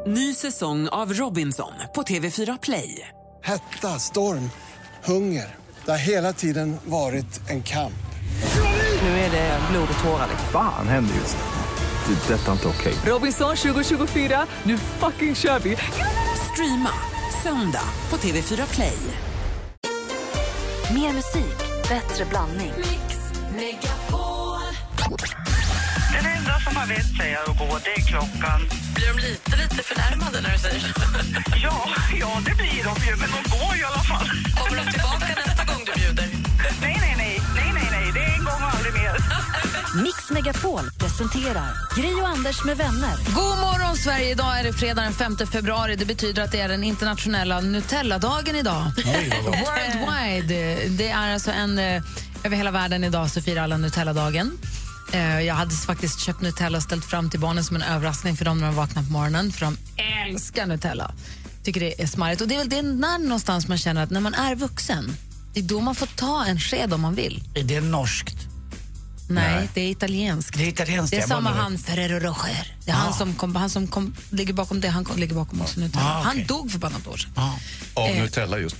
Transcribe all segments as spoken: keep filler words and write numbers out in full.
Ny säsong av Robinson på T V fyra Play. Hetta, storm, hunger. Det har hela tiden varit en kamp. Nu är det blod och tårar. Fan händer just det. Det är detta inte okej. Robinson tjugo tjugofyra, nu fucking kör vi. Streama söndag på T V fyra Play. Mer musik, bättre blandning. Mix Megapol. Den enda som har vett säga att gå, det är klockan. Blir de lite, lite förnärmade när du säger så? Ja, ja, det blir de ju, men de går i alla fall. Kommer de tillbaka nästa gång du bjuder? Nej, nej, nej, nej, nej, nej, det är en gång och aldrig mer. Mix Megapol presenterar Gry och Anders med vänner. God morgon Sverige, idag är det fredag den femte februari. Det betyder att det är den internationella Nutella-dagen idag. Worldwide. Det är alltså en, över hela världen idag så firar alla Nutella-dagen. Jag hade faktiskt köpt Nutella och ställt fram till barnen som en överraskning för dem när de vaknar på morgonen. För de älskar Nutella. Tycker det är smarrigt. Och det är väl det när någonstans man känner att när man är vuxen, det är då man får ta en sked om man vill. Är det norskt? Nej, Nej. det är italienskt. Det är italienskt. Det är samma han, Ferrero Rocher. Det är ah. han som, kom, han som kom, ligger bakom det. Han kom, ligger bakom också Nutella. Ah, okay. Han dog för bara något år sedan. Ah. Av eh. Nutella just.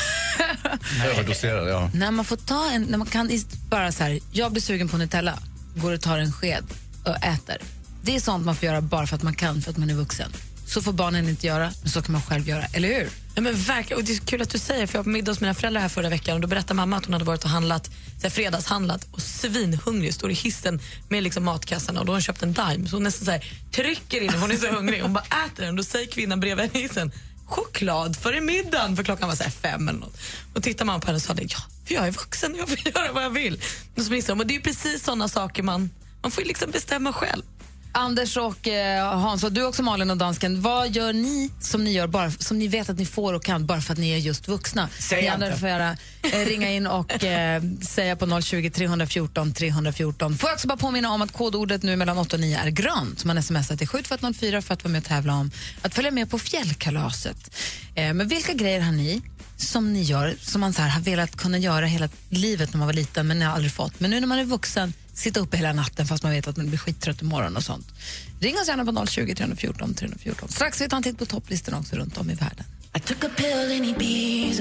Överdoserad, ja. När man får ta en, när man kan bara så här, jag blir sugen på Nutella, går och tar en sked och äter. Det är sånt man får göra bara för att man kan, för att man är vuxen. Så får barnen inte göra, men så kan man själv göra, eller hur? Ja, men verkligen, och det är kul att du säger, för jag var på middag hos mina föräldrar här förra veckan och då berättade mamma att hon hade varit och handlat, så här, fredagshandlat och svinhungrig, står i hissen med liksom matkassarna och då har hon köpt en Dime, så hon nästan så här, trycker in och hon är så hungrig, hon bara äter den och då säger kvinnan bredvid hissen, choklad för i middagen, för klockan var så här fem eller något. Och tittar man på henne och sa det, ja, för jag är vuxen och jag får göra vad jag vill. Och, så de, och det är precis sådana saker man, man får liksom bestämma själv. Anders och eh, Hans, och du också Malin och dansken, vad gör ni som ni gör bara som ni vet att ni får och kan bara för att ni är just vuxna? Säg ni andra får göra, eh, ringa in och eh, säga på noll tjugo, tre fjorton, tre fjorton. Får jag också bara påminna om att kodordet nu mellan åtta och nio är grönt. Man smsar till sju två ett noll fyra för att vara med och tävla om att följa med på fjällkalaset. Eh, men vilka grejer har ni som ni gör som man så här har velat kunna göra hela livet när man var liten men ni har aldrig fått? Men nu när man är vuxen, sitta uppe hela natten fast man vet att man blir skittrött imorgon och sånt. Ring oss gärna på noll tjugo, tre fjorton, tre fjorton. Strax vi tar en titt på topplistan också runt om i världen. I took a pill in Ibiza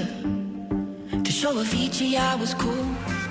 to show Avicii I was cool.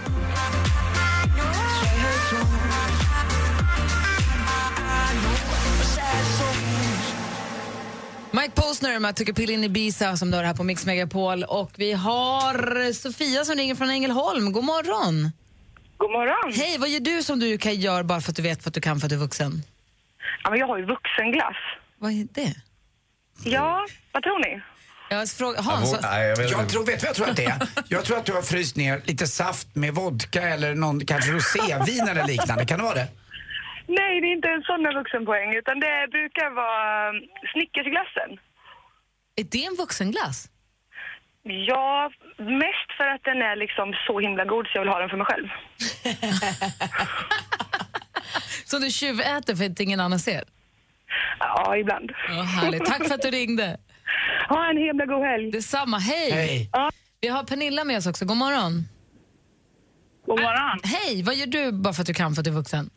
Mike Posner med Took a pill in Ibiza som du har här på Mix Megapol. Och vi har Sofia som ringer från Ängelholm. God morgon. God morgon. Hej, vad gör du som du kan göra bara för att du vet vad du kan för att du är vuxen? Ja, men jag har ju vuxenglass. Vad är det? Ja, vad tror ni? Jag frågar Hans. Jag, nej, jag, jag tror, vet vad jag tror att det är? Jag tror att du har fryst ner lite saft med vodka eller någon kanske rosévin eller liknande. Kan det vara det? Nej, det är inte en sån vuxenpoäng utan det brukar vara Snickersglassen. Är det en vuxenglass? Ja, mest för att den är liksom så himla god så jag vill ha den för mig själv. Så du tjuväter för att ingen annan ser? Ja, ibland. Ja, härligt. Tack för att du ringde. Ha en himla god helg. Detsamma, hej. Hej. Ja. Vi har Pernilla med oss också, god morgon. God morgon. Hej, vad gör du bara för att du kan för att du är vuxen?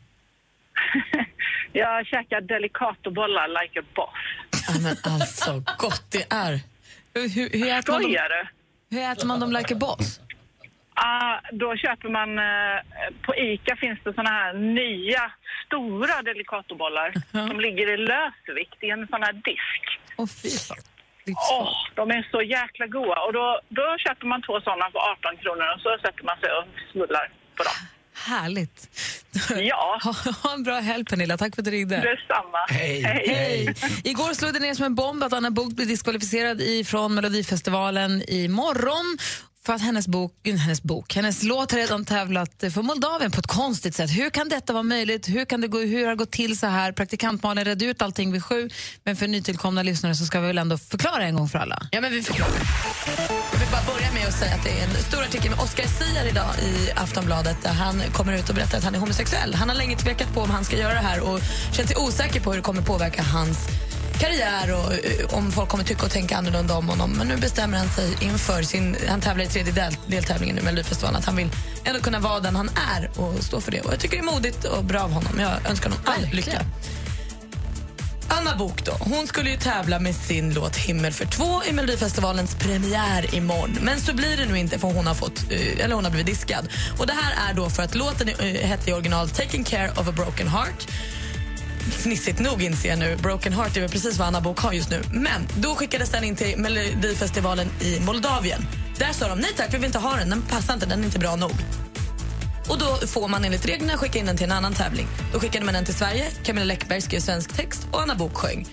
Jag käkar Delicatobollar like a boss. Ja, men alltså, gott det är. Hur, hur, hur, äter man dem, hur äter man dem like a boss? Uh, då köper man, uh, på Ica finns det såna här nya stora Delicatobollar uh-huh. som ligger i lösvikt i en sån här disk. Åh, oh, fy fan. Oh, de är så jäkla goda. Och då, då köper man två sådana för arton kronor och så sätter man sig och smullar på dem. Härligt. Ja. Ha, ha en bra helg, Pernilla. Tack för att du ringde. Detsamma. Hej. Hej. Hej. Igår slog det ner som en bomb att Anna Book blev diskvalificerad ifrån Melodifestivalen i morgon. För att hennes bok, hennes bok, hennes låt har redan tävlat för Moldavien på ett konstigt sätt. Hur kan detta vara möjligt? Hur kan det gå, hur har det gått till så här? Praktikantmalen redde ut allting vid sju. Men för nytillkomna lyssnare så ska vi väl ändå förklara en gång för alla. Ja, men vi förklarar. Jag vill bara börja med att säga att det är en stor artikel med Oscar Sia idag i Aftonbladet där han kommer ut och berättar att han är homosexuell. Han har länge tvekat på om han ska göra det här och känner sig osäker på hur det kommer påverka hans karriär och uh, om folk kommer tycka och tänka annorlunda om honom. Men nu bestämmer han sig inför sin, han tävlar i tredje del, deltävlingen nu med Melodifestivalen, att han vill ändå kunna vara den han är och stå för det. Och jag tycker det är modigt och bra av honom. Jag önskar honom all lycka. Anna Anna Bok då, hon skulle ju tävla med sin låt Himmel för två i Melodifestivalens premiär imorgon. Men så blir det nu inte för hon har fått eller hon har blivit diskad. Och det här är då för att låten hette i original Taking Care of a Broken Heart. Fnissigt nog inser jag nu. Broken Heart är väl precis vad Anna Bok har just nu. Men då skickades den in till Melodifestivalen i Moldavien. Där sa de, nej tack, vi vill inte ha den. Den passar inte, den är inte bra nog. Och då får man enligt reglerna skicka in den till en annan tävling. Då skickade man den till Sverige. Camilla Läckberg skrev svensk text och Anna Bok sjöng.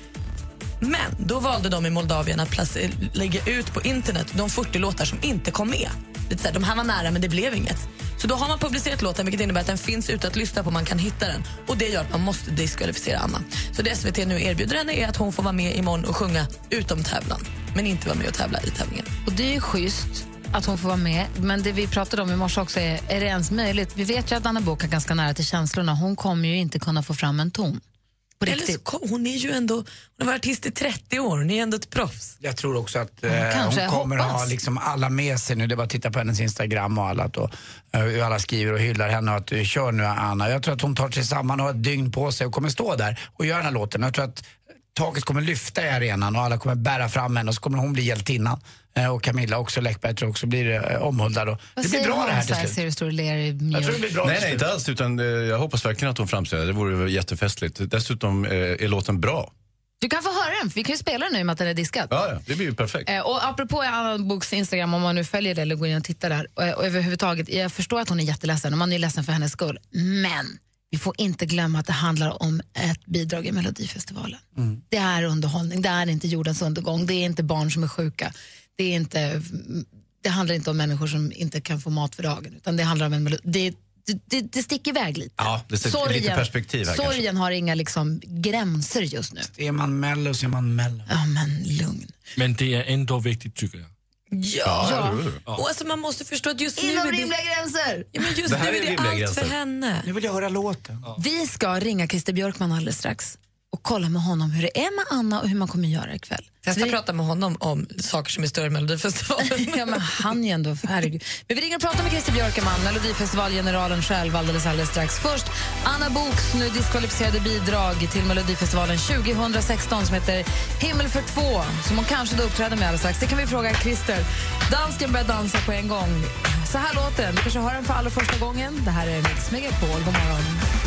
Men då valde de i Moldavien att placer- lägga ut på internet de fyrtio låtar som inte kom med. Lite så här, de här var nära men det blev inget. Så då har man publicerat låten, vilket innebär att den finns ute att lyssna på, man kan hitta den. Och det gör att man måste diskvalificera Anna. Så det S V T nu erbjuder henne är att hon får vara med imorgon och sjunga utom tävlan. Men inte vara med och tävla i tävlingen. Och det är ju schysst att hon får vara med. Men det vi pratade om i morse också är, är det ens möjligt? Vi vet ju att Anna Bok är ganska nära till känslorna. Hon kommer ju inte kunna få fram en ton. Eller så, hon är ju ändå, hon har varit artist i trettio år, hon är ändå ett proffs. Jag tror också att eh, Kanske, hon kommer hoppas. ha liksom alla med sig nu. Det är bara att titta på hennes Instagram och alla, och, uh, hur alla skriver och hyllar henne och att uh, kör nu Anna. Jag tror att hon tar sig samman och har ett dygn på sig och kommer stå där och göra den här låten. Jag tror att taket kommer lyfta i arenan och alla kommer bära fram henne och så kommer hon bli hjältinnan. Uh, och Camilla också, Läckberg tror också blir uh, omhuldad. Och det blir bra det här till slut. Ser du står och ler i jag tror det blir bra. Nej, nej, inte alls, utan uh, jag hoppas verkligen att hon framställer. Det vore jättefestligt. Dessutom uh, är låten bra. Du kan få höra den, för vi kan ju spela den nu med att den är diskad. Ja, ja, det blir ju perfekt. Eh, och apropå Anna Boks Instagram, om man nu följer det eller går in och tittar där. Och, och överhuvudtaget, jag förstår att hon är jätteledsen och man är ledsen för hennes skull. Men vi får inte glömma att det handlar om ett bidrag i Melodifestivalen. Mm. Det är underhållning, det är inte jordens undergång, det är inte barn som är sjuka. Det är inte, det handlar inte om människor som inte kan få mat för dagen, utan det handlar om en melodi. Det, det, det sticker iväg lite. Ja, det sticker sorgen, lite perspektiv här. Sorgen kanske. Har inga liksom gränser just nu. Är man mello så är man mello. Ja, men lugn. Men det är ändå viktigt tycker jag. Ja, ja. ja. Och alltså man måste förstå att just inom nu är det... rimliga gränser. Ja, men just det här nu är det, är allt gränser. för henne. Nu vill jag höra låten. Ja. Vi ska ringa Christer Björkman alldeles strax och kolla med honom hur det är med Anna och hur man kommer göra ikväll. Testa vi... prata med honom om saker som är större än Melodifestivalen. Ja, men han är ändå, herregud. Men vi ringer och pratar med Christer Björkman, Melodifestivalgeneralen själv, alldeles, alldeles strax. Först Anna Boks nu diskvalificerade bidrag till Melodifestivalen tjugo sexton som heter Himmel för två, som hon kanske då uppträder med alldeles strax. Det kan vi fråga Christer. Dansken börjar dansa på en gång. Så här låter den. Du kanske hör den för allra första gången. Det här är Mix Megapol. God morgon.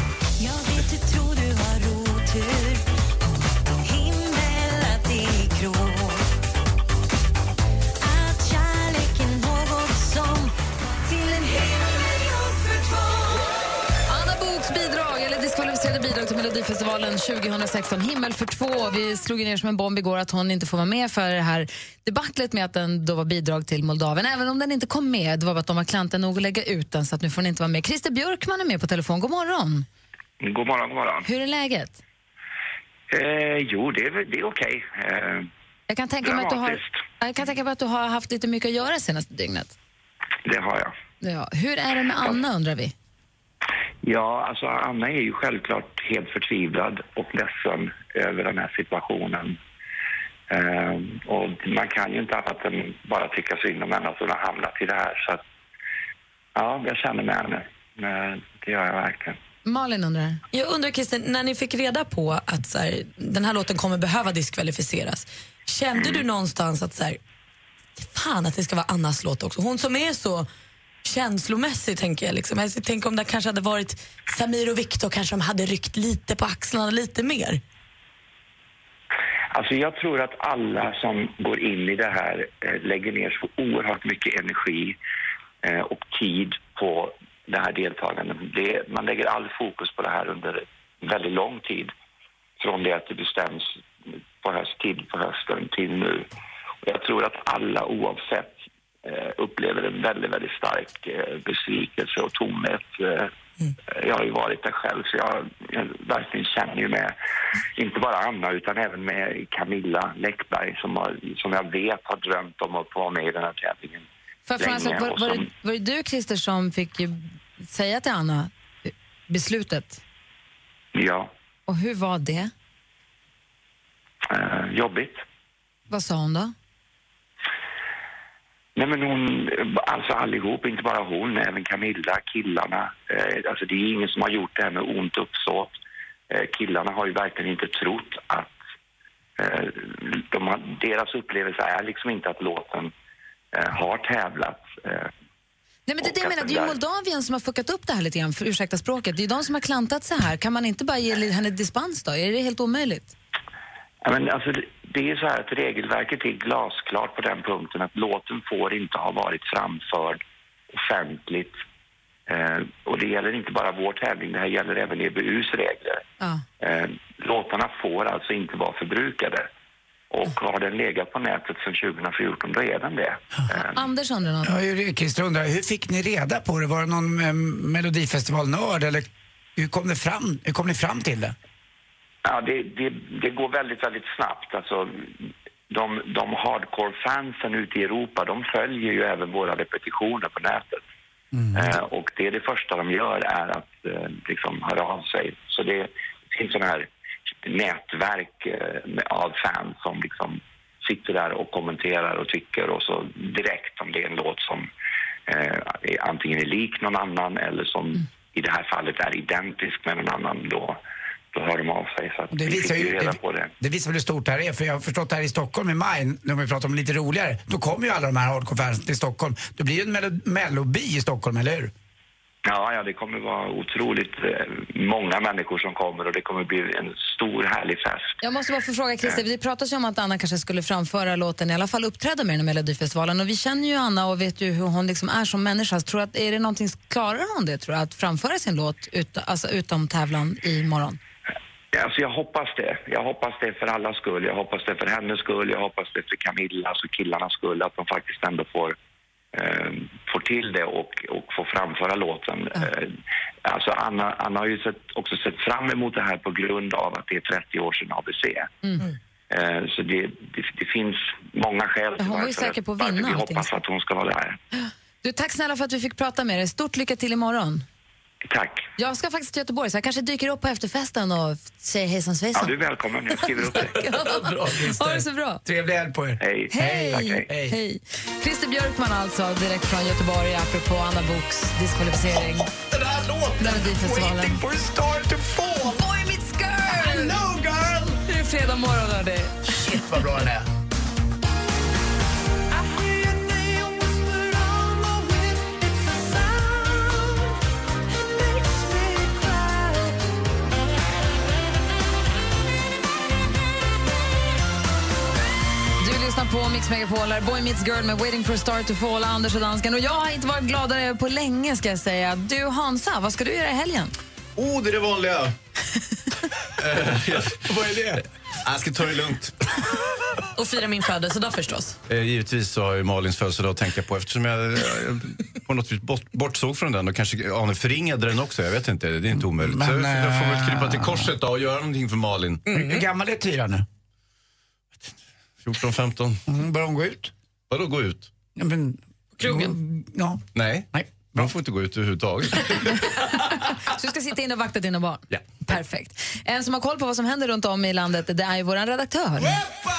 Jag vet, du tror du har otur. Himmel att det är grå. Att kärleken något som till en himmel för två. Anna Boks bidrag, eller diskvalificerade bidrag till Melodifestivalen tjugo sexton, Himmel för två. Vi slog ner som en bomb igår att hon inte får vara med för det här debattlet med att den då var bidrag till Moldavien. Även om den inte kom med, det var bara att de var klantiga nog att lägga ut den, så att nu får den inte vara med. Christer Björkman är med på telefon. God morgon. God morgon, god morgon. Hur är läget? Eh, jo, det är, det är okej. Eh, jag, kan tänka mig att du har, jag kan tänka mig att du har haft lite mycket att göra senaste dygnet. Det har jag. Ja. Hur är det med Anna, undrar vi? Ja, alltså Anna är ju självklart helt förtvivlad och ledsen över den här situationen. Eh, och man kan ju inte annat än bara tycka synd om henne att hon har hamnat i det här. Så att, ja, jag känner med henne. Eh, det gör jag verkligen. Malin undrar. Jag undrar, Christer, när ni fick reda på att så här, den här låten kommer behöva diskvalificeras, kände mm. du någonstans att så här, fan att det ska vara Annas låt också? Hon som är så känslomässig, tänker jag. Liksom. Jag tänker om det kanske hade varit Samir och Viktor, kanske de hade ryckt lite på axlarna lite mer. Alltså jag tror att alla som går in i det här eh, lägger ner så oerhört mycket energi eh, och tid på det här deltagandet. Det, man lägger all fokus på det här under väldigt lång tid. Från det att det bestäms på höst, tid på hösten till nu. Och jag tror att alla oavsett eh, upplever en väldigt, väldigt stark eh, besvikelse och tomhet. Eh, mm. Jag har ju varit där själv, så jag, jag verkligen känner ju med, inte bara Anna utan även med Camilla Läckberg som, har, som jag vet har drömt om att få vara med i den här tävlingen. För, för alltså, var, var, det, var det du, Christer, som fick säga till Anna beslutet? Ja. Och hur var det? Uh, jobbigt. Vad sa hon då? Nej, men hon, alltså allihop, inte bara hon, även Camilla, killarna. Eh, alltså det är ingen som har gjort det här med ont uppsåt. Eh, killarna har ju verkligen inte trott att Eh, de har, deras upplevelse är liksom inte att låten eh, har tävlat. Eh, Nej, men det, det jag menar, det är ju Moldavien som har fuckat upp det här lite grann, för ursäkta språket. Det är de som har klantat sig här. Kan man inte bara ge henne dispens då? Är det helt omöjligt? Ja, men alltså, det, det är så här att regelverket är glasklart på den punkten att låten får inte ha varit framförd offentligt. Eh, och det gäller inte bara vår tävling, det här gäller även E B U:s regler. Ja. Eh, låtarna får alltså inte vara förbrukade. Och har den legat på nätet sedan tjugo fjorton, då är den det. Eh. Anders undrar något. Ja, Christer undrar, hur fick ni reda på det? Var det någon eh, Melodifestivalnörd eller hur kom, det fram, hur kom ni fram till det? Ja, det, det, det går väldigt, väldigt snabbt. Alltså, de, de hardcore-fansen ute i Europa, de följer ju även våra repetitioner på nätet. Mm. Eh, och det är det första de gör är att eh, liksom höra av sig. Så det, det finns sådana här nätverk eh, av fans som liksom sitter där och kommenterar och tycker och så direkt om det är en låt som eh, är antingen är lik någon annan eller som mm. i det här fallet är identisk med någon annan, då då hör de av sig. Så att det, visar ju, reda på det. det visar väl hur stort det här är, för jag har förstått här i Stockholm i maj, när vi pratar om lite roligare, då kommer ju alla de här hardcore-fansen till Stockholm. Det blir ju en mello- melloby i Stockholm, eller hur? Ja, ja, det kommer vara otroligt eh, många människor som kommer och det kommer bli en stor härlig fest. Jag måste bara få fråga Christer, det pratas ju om att Anna kanske skulle framföra låten, i alla fall uppträda med den i Melodifestivalen, och vi känner ju Anna och vet ju hur hon liksom är som människa. Tror att, är det någonting, klarar hon det, tror jag, att framföra sin låt ut, alltså utom tävlan i morgon? Alltså jag hoppas det. Jag hoppas det för allas skull. Jag hoppas det för hennes skull. Jag hoppas det för Camillas och killarnas skull. Att de faktiskt ändå får, eh, får till det och, och får framföra låten. Mm. Eh, alltså Anna, Anna har ju sett, också sett fram emot det här på grund av att det är trettio år sedan A B C. Mm. Eh, så det, det, det finns många skäl till varför, säker på att vinna vi hoppas att hon ska vara där. Du, tack snälla för att vi fick prata med dig. Stort lycka till imorgon. Tack. Jag ska faktiskt till Göteborg, så jag kanske dyker upp på efterfesten och säger hejsan svejsan. Ja, du är välkommen. Jag skriver upp dig. Bra, ha det så bra. Trevlig helg på er. Hej. Hej. Tack, hej. Hej. Hej. Christer Björkman alltså, direkt från Göteborg, apropå Anna Boks diskvalificering. Den här låten! Waiting for a star to fall! Boy meets girl! Hello girl! Det är fredag morgon, hörde. Shit vad bra den är. På Mix Megapol, Boy Meets Girl med Waiting for a Star to Fall, Anders och dansken. Och jag har inte varit gladare på länge, ska jag säga. Du Hansa, vad ska du göra i helgen? Oh, det är det vanliga. Vad är det? Jag ska ta det lugnt. Och fira min födelsedag förstås. Eh, givetvis så har ju Malins födelsedag att tänka på, eftersom jag, jag på något vis bort, bortsåg från den och kanske Arne förringade den också, jag vet inte, det är inte omöjligt. Men, så jag, jag får väl krypa till korset då och göra någonting för Malin. Mm. Hur gammal är Tyra nu? fjorton femton. Mm, börjar hon gå ut? Vadå gå ut? Ja, men, krogen? Ja. Nej. Nej. De får inte gå ut överhuvudtaget. Så du ska sitta in och vakta dina barn? Ja. Perfekt. En som har koll på vad som händer runt om i landet, det är ju vår redaktör. Maria!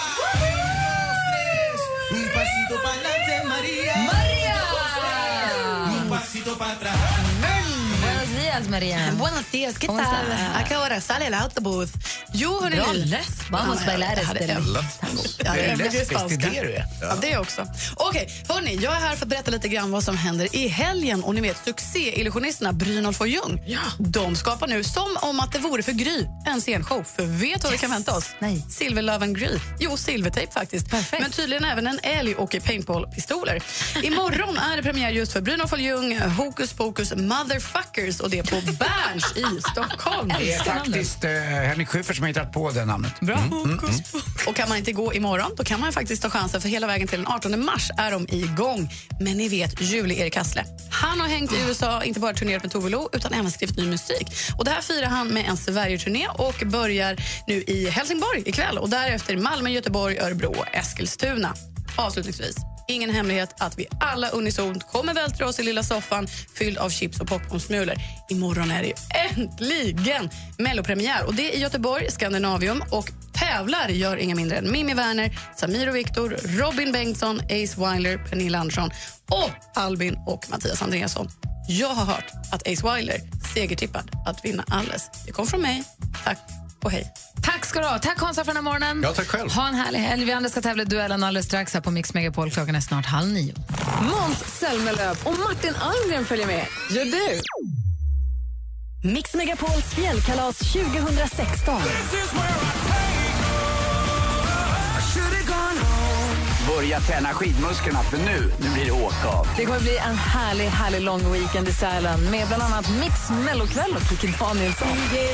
Buenos días, Maria. Buenos días, ¿qué tal? ¿A qué hora sale el autobús? Jo, hörni ni. Vamos a bailar este. Ja, det är lesbiskt, det är det. Ja, det också. Okej, hörni, jag är här för att berätta lite grann vad som händer i helgen. Och ni vet, succé-illusionisterna Brynolf och Ljung, ja. de skapar nu, som om att det vore för Gry, en scenshow. För vet du vad vi kan vänta oss? Nej. Silverlöven Gry. Jo, silvertejp faktiskt. Perfekt. Men tydligen även en älg och paintball-pistoler. Imorgon är det premiär just för Brynolf och Ljung, Hokus Pokus Motherfuckers, och det är på Berns i Stockholm. Det är faktiskt eh, Henrik Schyffert som har hittat på det namnet. Bra. Mm, mm, mm. Och kan man inte gå imorgon, då kan man faktiskt ta chansen, för hela vägen till den artonde mars är de igång. Men ni vet, Julie-Erik Hassle, han har hängt i U S A, inte bara turnerat med Tove Lo, utan även skrivit ny musik. Och det här firar han med en Sverige-turné och börjar nu i Helsingborg ikväll. Och därefter Malmö, Göteborg, Örebro och Eskilstuna. Avslutningsvis, ingen hemlighet att vi alla unisont kommer vältra oss i lilla soffan fylld av chips och popcornsmulor. Imorgon är det äntligen mellopremiär, och det är i Göteborg, Skandinavium, och tävlar gör inga mindre än Mimmi Werner, Samir och Viktor, Robin Bengtsson, Ace Wilder, Pernilla Andersson och Albin och Mattias Andreasson. Jag har hört att Ace Wilder segertippad att vinna alles. Det kom från mig. Tack och hej. Tack ska du ha. Tack Hansa för den här morgonen. Ja, tack själv. Ha en härlig helg. Vi andra ska tävla i duellen alldeles strax här på Mix Megapol. Klockan är snart halv nio. Måns Zelmerlöw och Martin Almgren följer med. Gör du? Mix Megapols fjällkalas tjugohundrasexton. Börja träna skidmusklerna för nu, nu blir det åka av. Det kommer bli en härlig, härlig lång weekend i Sälen med bland annat Mix Mellokväll och Kikki Danielsson.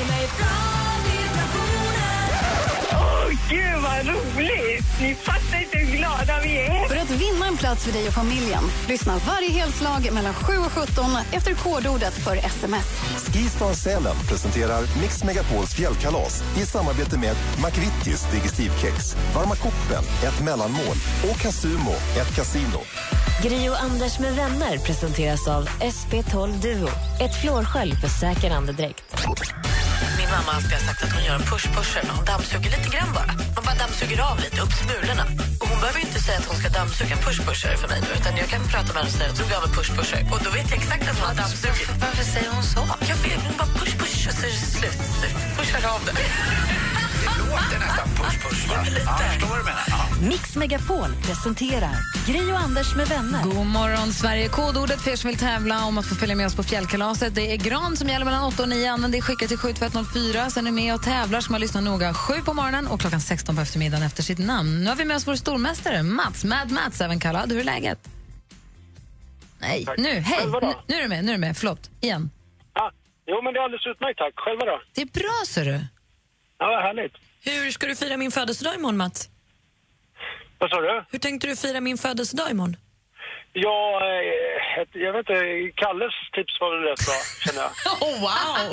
Åh, gud vad roligt! Ni fattar inte hur glada vi är. För att vinna en plats för dig och familjen, lyssna varje helslag mellan sju och sjutton efter kodordet för sms. Skistar Sälen presenterar Mix Megapols fjällkalas i samarbete med McVittys Digestivkex, Varma Koppen, ett mellanmål och Casumo, ett kasino. Gri och Anders med vänner presenteras av S P tolv Duo. Ett flårskölj för säker andedräkt. Min mamma har alltid sagt att hon gör en push-pusher när hon dammsuger lite grann bara. Hon bara dammsuger av lite, upp smulorna. Och hon behöver inte säga att hon ska dammsuga en push-pusher för mig nu, utan jag kan prata med henne och säga att hon av en push-pusher. Och då vet jag exakt att hon har dammsugit. Varför säger hon så? Jag vet, hon bara push-push och så är det slut. Pushar av det. Det låter nästan push-push, va? Ja, jag förstår vad du menar. Ja. Mix Megapol presenterar Gri och Anders med vänner. God morgon, Sverige. Kodordet för er som vill tävla om att få följa med oss på fjällkalaset. Det är gran som gäller mellan åtta och nio. Använd det, skicka till sju två ett noll fyra. Sen är med och tävlar som har lyssnat noga sju på morgonen och klockan sexton på eftermiddagen efter sitt namn. Nu har vi med oss vår stormästare, Mats. Mad Mats även kallad. Hur är läget? Nej, tack. nu, hej. Själva då? Nu, nu är du med, nu är du med. Förlåt, igen. Ah, jo, men det är alldeles utmärkt, tack. Själva då? Det är bra, ser du. Ja, vad härligt. Hur ska du fira min födelsedag imorgon, Mats? Vad sa du? Hur tänkte du fira min födelsedag imorgon? Ja, eh, ett, jag vet inte, Kalles tips var väl rätt bra, känner jag. Oh, wow!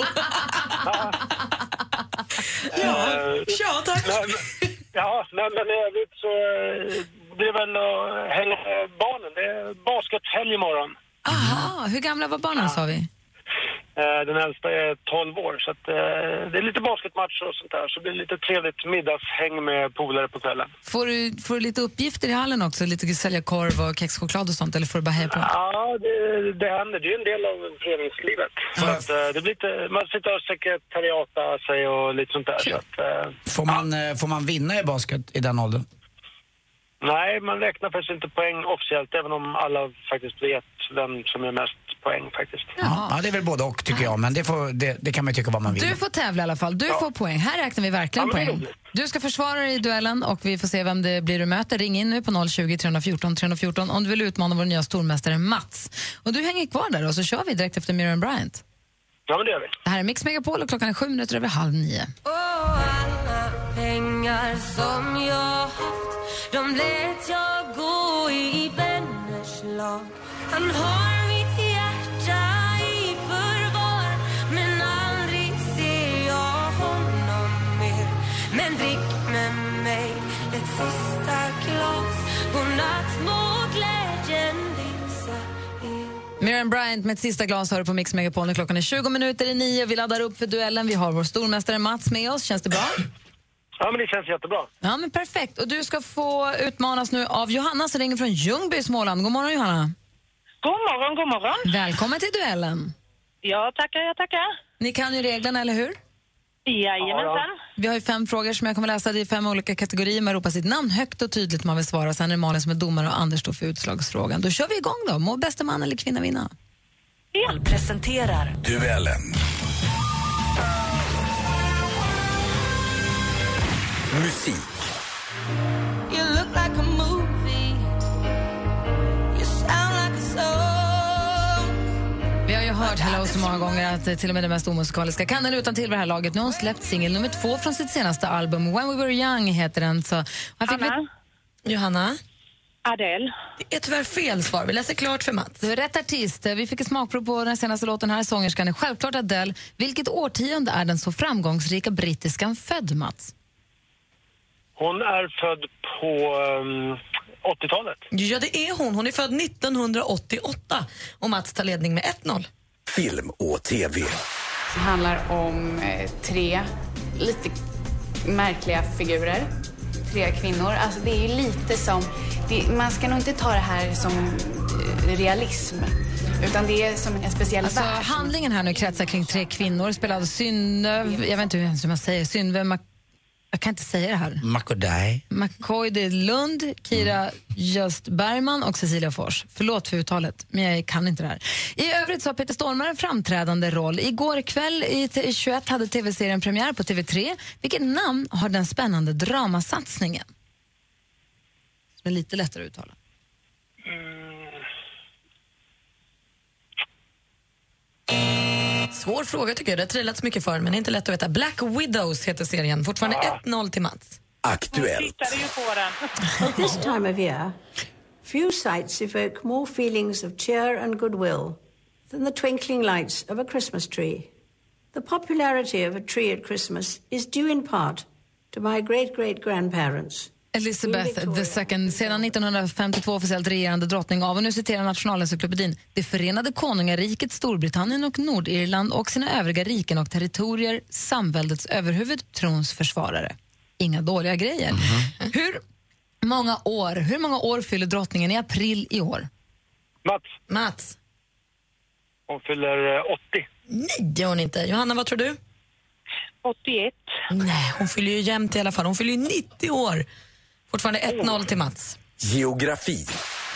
ja, eh, ja, tack. Men, ja, men, men i övrigt så eh, blir det väl att hänga med barnen. Det är baskethelg imorgon. Aha, hur gamla var barnen, sa vi? Den äldsta är tolv år, så att, eh, det är lite basketmatch och sånt där. Så det blir lite trevligt middagshäng med polare på kvällen. Får du, får du lite uppgifter i hallen också? Lite sälja korv och kexchoklad och sånt? Eller får du bara heja på? Ja, det, det händer. Det är en del av föreningslivet. Så att, eh, det blir lite, man sitter och sekretariata sig och lite sånt där. Så att, eh, får, man, ja. får man vinna i basket i den åldern? Nej, man räknar faktiskt inte poäng officiellt, även om alla faktiskt vet vem som är mest poäng faktiskt. Ja, ja det är väl både och tycker jag, men det, får, det, det kan man ju tycka vad man vill. Du får tävla i alla fall, du ja. får poäng. Här räknar vi verkligen ja, poäng. Du ska försvara dig i duellen och vi får se vem det blir du möter. Ring in nu på noll tjugo, tre fjorton, tre fjorton om du vill utmana vår nya stormästare Mats. Och du hänger kvar där och så kör vi direkt efter Miriam Bryant. Ja, men det gör vi. Det här är Mix Megapol och klockan är sju minuter över halv nio. Oh, alla pengar som jag haft, de lät jag gå i vänners lag. Han har mitt hjärta i förvar, men aldrig ser jag honom mer. Men drick med mig ett sista glas, godnatt må glädjen lysa er. Miriam Bryant med ett sista glas hör på Mix Megapol. Klockan är tjugo minuter i nio. Vi laddar upp för duellen. Vi har vår stormästare Mats med oss. Känns det bra? Ja, men det känns jättebra. Ja, men perfekt. Och du ska få utmanas nu av Johanna som ringer från Ljungby i Småland. God morgon, Johanna. God morgon, god morgon. Välkommen till duellen. Ja, tackar, jag tackar. Ni kan ju reglerna, eller hur? Jajamensan. Vi har ju fem frågor som jag kommer läsa. Det är fem olika kategorier. Man ropar sitt namn högt och tydligt man vill svara. Sen är det Malin som är domare och Anders står för utslagsfrågan. Då kör vi igång då. Må bästa man eller kvinna vinna. Ja. Presenterar duellen. Musik. You look like a movie. You sound like a song. Vi har ju hört Hello så många gånger att till och med det mest omusikaliska kan den utan till det här laget. Nu har hon släppt singel nummer två från sitt senaste album. When We Were Young heter den. Så fick Anna. Vi... Johanna? Adele. Det är tyvärr fel svar. Vi läser klart för Mats. Du är rätt artist. Vi fick ett smakprov på den senaste låten här. Sångerskan är självklart Adele. Vilket årtionde är den så framgångsrika brittiskan född, Mats? Hon är född på um, åttiotalet. Ja, det är hon. Hon är född nittonhundraåttioåtta. Och Mats tar ledning med ett noll. Film och tv. Det handlar om eh, tre lite märkliga figurer. Tre kvinnor. Alltså det är ju lite som... Det, man ska nog inte ta det här som eh, realism. Utan det är som en speciell alltså, värld. Handlingen här nu kretsar kring tre kvinnor spelade Synnöv, jag vet inte hur man säger, Synve Mac- jag kan inte säga det här. Makodai. McCoy de Lund, Kira mm. Just Bergman och Cecilia Fors. Förlåt för uttalet, men jag kan inte det här. I övrigt så har Peter Stormare en framträdande roll. Igår kväll i tjugoett hade tv-serien premiär på T V tre. Vilket namn har den spännande dramasatsningen? Som är lite lättare att uttala. Svår fråga tycker jag. Det har trillats mycket för, men det är inte lätt att veta. Black Widows heter serien. Fortfarande Ja. ett noll till Mats. Aktuellt. Jag tittade ju på den. At this time of year, few sights evoke more feelings of cheer and goodwill than the twinkling lights of a Christmas tree. The popularity of a tree at Christmas is due in part to my great-great-grandparents. Elizabeth the second, sedan nittonhundrafemtiotvå officiellt regerande drottning av, och nu citerar Nationalencyklopedin, det förenade konungariket Storbritannien och Nordirland och sina övriga riken och territorier, samväldets överhuvud, trons försvarare. Inga dåliga grejer. Mm-hmm. Hur många år, hur många år fyller drottningen i april i år? Mats. Mats. Hon fyller åttio. Nej, det gör hon inte. Johanna, vad tror du? åttioett. Nej, hon fyller ju jämnt i alla fall. Hon fyller ju nittio år. Fortfarande ett noll till Mats. Geografi.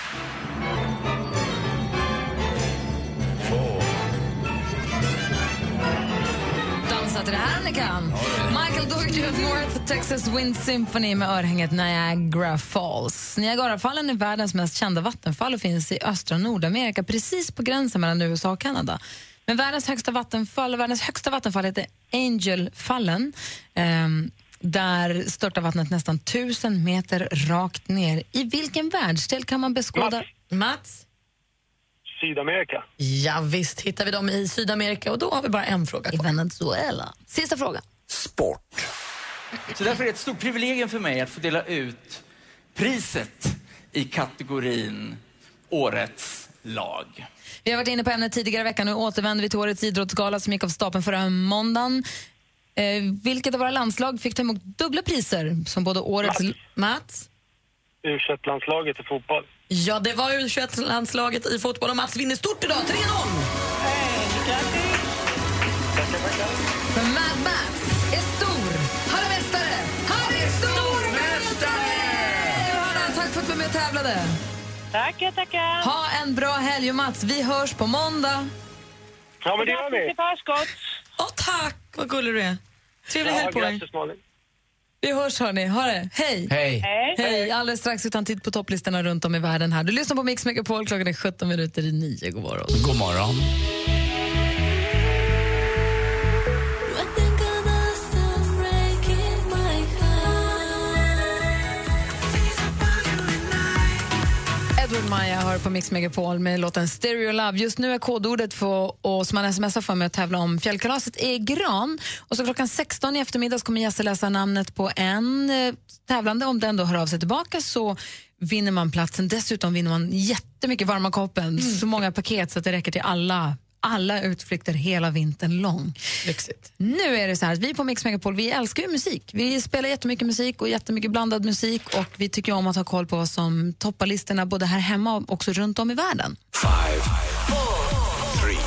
Dansa till det här ni kan. Michael Dougherty of North Texas Wind Symphony med örhänget Niagara Falls. Niagarafallen är världens mest kända vattenfall och finns i östra Nordamerika, precis på gränsen mellan U S A och Kanada. Men världens högsta vattenfall, världens högsta vattenfall heter Angelfallen. Um, Där störtar vattnet nästan tusen meter rakt ner. I vilken världsdel kan man beskåda... Mats. Mats? Sydamerika. Ja, visst hittar vi dem i Sydamerika, och då har vi bara en fråga kvar. I Venezuela. Sista fråga. Sport. Så därför är det ett stort privilegium för mig att få dela ut priset i kategorin Årets lag. Vi har varit inne på ämnet tidigare i veckan och återvänder vi till årets idrottsgala som gick av stapeln förra måndagen. Eh, vilket av våra landslag fick ta emot dubbla priser som både årets... Mats. Mats? U tjugoett-landslaget i fotboll. Ja, det var U tjugoett-landslaget i fotboll och Mats vinner stort idag, tre noll! Hej, grattis! Tackar, tackar. För Mad Max är stor. Han är mästare. Han är stormästare! Johanna, tack för att du var med och tävlade. Tackar, tackar. Ha en bra helg och Mats, vi hörs på måndag. Ja, men det gör vi. Grattis i förskott. Åh, tack! Vad gullig du är. Trevlig helg på dig. Grattis, Malin. Vi hörs hörni, ha det. Hej. Hej. Hej. Hej, alldeles strax utan tid på topplistorna runt om i världen här. Du lyssnar på Mix Megapol, klockan är sjutton minuter i nio. God morgon. God morgon. Edward Maja hör på Mix Megapol med låten Stereo Love. Just nu är kodordet för och som man smsar för mig att tävla om fjällkalaset är gran. Och så klockan sexton i eftermiddag kommer Jesse läsa namnet på en eh, tävlande. Om den då hör av sig tillbaka så vinner man platsen. Dessutom vinner man jättemycket varma koppen. Mm. Så många paket så att det räcker till alla alla utflykter hela vintern lång. Lyxigt. Nu är det så här att vi på Mix Megapol, vi älskar ju musik. Vi spelar jättemycket musik och jättemycket blandad musik och vi tycker om att ha koll på vad som toppar listorna både här hemma och också runt om i världen. Five, four, three,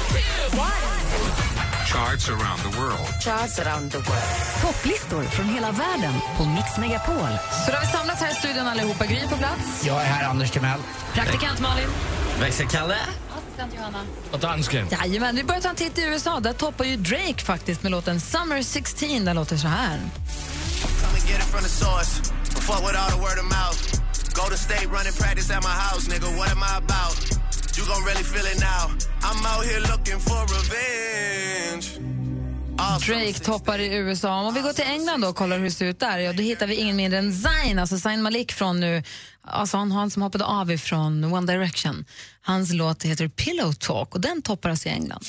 Charts around the world. Charts around the world. Topplistor från hela världen på Mix Megapol. Så då har vi samlats här i studion allihopa. Gry på plats. Jag är här, Anders Timell. Praktikant Malin. Växelkalle. Assistent Johanna. Och dansken. Jajamän, vi börjar ta en titt i U S A. Där toppar ju Drake faktiskt med låten Summer sexton. Den låter så här. Drake toppar i U S A. Om vi går till England då och kollar hur det ser ut där, ja, då hittar vi ingen mindre än Zayn, alltså Zayn Malik från nu, alltså han, han som hoppade av ifrån One Direction. Hans låt heter Pillow Talk och den toppar alltså i England.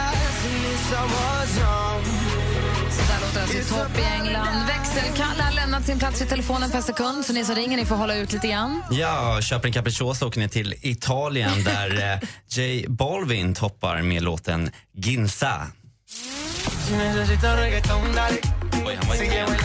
Så där låter alltså topp i England. Växelkalle lämnar lämnat sin plats i telefonen per sekund, så ni som ringer, ni får hålla ut lite grann. Ja, köper en capricciosa och åker ner till Italien där eh, J Balvin toppar med låten Ginza. Oj, han var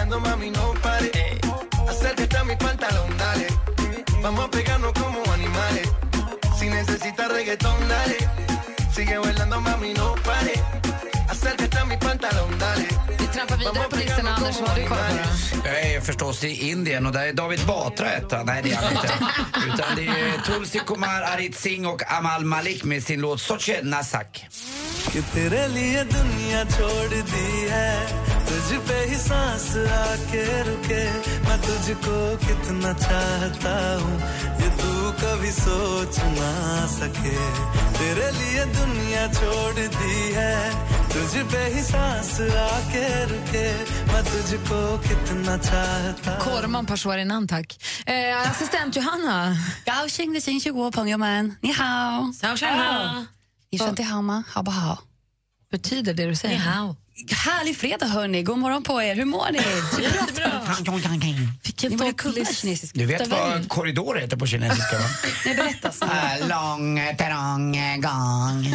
Vi trampar vidare på listan. Anders, vad har du kvar på? Jag är förstås i Indien och där är David Batra etta. Nej, det är han inte. Utan det är Tulsi Kumar, Arit Singh och Amal Malik med sin låt Soche Nasak. कि तेरे लिए दुनिया छोड़ दी है तुझ पे ही सांस आके रुके मैं तुझको कितना चाहता हूँ ये तू कभी सोच ना सके तेरे लिए दुनिया छोड़ दी है तुझ पे ही सांस आके रुके मैं तुझको कितना चाहता हूँ. Korman Pashwarinan, tack. Eh, assistent Johanna. 高兴的星期五朋友们你好 一生till Hamma, ha ba ha. Betyder det du säger? Ni hao. Härlig fredag hörni, god morgon på er. Hur mår ni? Jättebra. Vilken topplig kinesisk. Du vet vad korridor heter på kinesiska, va? Nej, berätta så. Äh, lång, terrong, gång.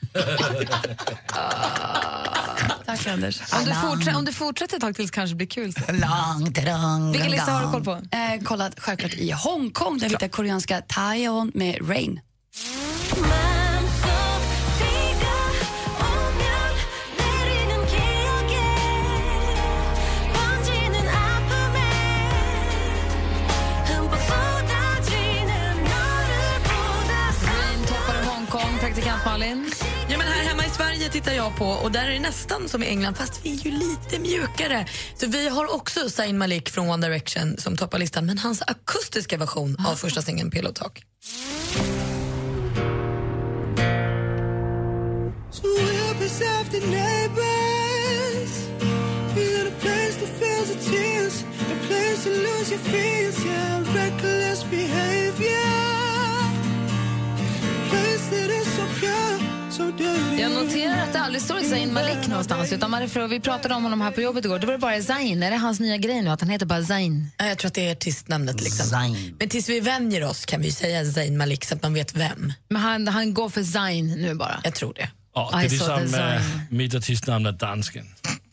Tack Anders. Om du, fortsätter, om du fortsätter ett tag tills kanske det blir kul. Lång, terrong, vilken lista har du koll på? Eh, kollat självklart i Hongkong där vi hittar koreanska Taiwan med Rain. Praktikant Malin. Ja, men här hemma i Sverige tittar jag på och där är det nästan som i England fast vi är ju lite mjukare. Så vi har också Zayn Malik från One Direction som toppar listan men hans akustiska version av första singeln Pillow Talk. So help us after neighbors feel a place that feels the tears a place to lose your fears yeah reckless behavior. Jag noterar att det aldrig står Zayn Malik någonstans utan man är, vi pratade om honom här på jobbet igår. Det var bara Zayn, är det hans nya grej nu att han heter bara Zayn? Jag tror att det är artistnamnet liksom. Zayn. Men tills vi vänjer oss kan vi säga Zayn Malik så att man vet vem. Men han, han går för Zayn nu bara? Jag tror det. Ja, det är liksom äh, mitt artistnamn är dansken.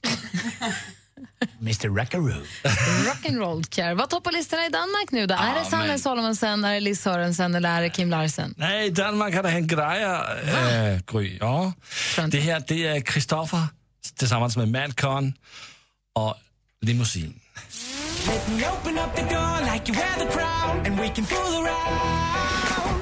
mister Rackaroo. Rock'n'roll care. Vad toppar listorna i Danmark nu då? Ja, är det Sanne men... Solomonsen, är det Liz Sørensen eller är det Kim Larsen? Nej, i Danmark har det hänt grejer. Äh, Gry, ja. Det här det är Christoffer tillsammans med Madcon och Limousin. Let me open up the door like you wear the crown and we can fool around.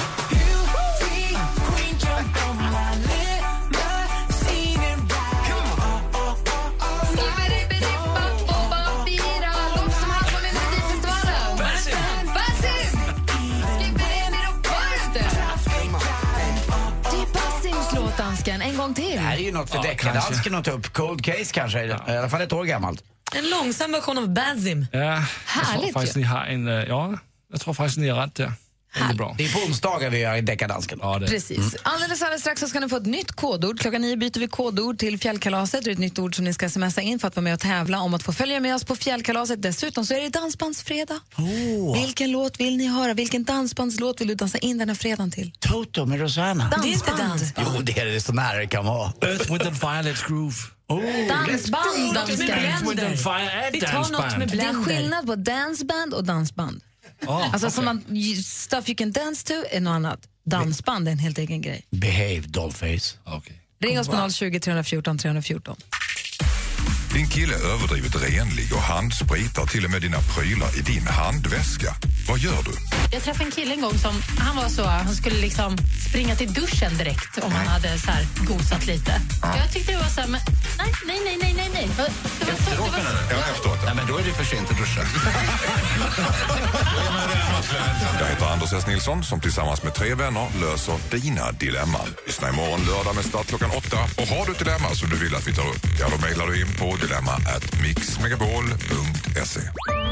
En gång till. Det här är ju något för ja, deckardansken att ta upp. Cold Case kanske, ja. I alla fall ett år gammalt. En långsam version av Bazim. Ja, jag härligt tror faktiskt ni har en, ja, jag tror faktiskt ni är rätt där. Det är bra. Det är på onsdagar vi gör i deckardansken. Ja, precis. Mm. Alldeles, alldeles strax så ska ni få ett nytt kodord. Klockan nio byter vi kodord till fjällkalaset. Det är ett nytt ord som ni ska smsa in för att vara med och tävla om att få följa med oss på fjällkalaset. Dessutom så är det dansbandsfredag. Oh. Vilken låt vill ni höra? Vilken dansbandslåt vill du dansa in den här fredagen till? Toto med Rosanna. Dansband. Det är inte dansband. Jo, det är det så nära det kan vara. Earth, Wind and Fire, Let's Groove. Oh. Dansband, dansband. Vi tar något med det är skillnad på dansband och dansband. Oh, alltså okay. Som man, stuff you can dance to är något annat. Dansband är en helt egen grej. Behave, dollface. Okay. Ring oss på noll tjugo, tre fjorton, tre fjorton. Din kille är överdrivet renlig och handspritar till och med dina prylar i din handväska. Vad gör du? Jag träffade en kille en gång som, han var så, han skulle liksom springa till duschen direkt om han hade så här gosat lite. Ja. Jag tyckte det var så här, men nej, nej, nej, nej, nej, nej. Det var, efteråt det var, ja, efteråt. Nej, men då är det för sent att duscha. Jag heter Anders S. Nilsson som tillsammans med tre vänner löser dina dilemman. Lyssna imorgon lördag med start klockan åtta. Och har du ett dilemma som du vill att vi tar upp, ja då mejlar du in på dilemma at mixmegapol punkt se.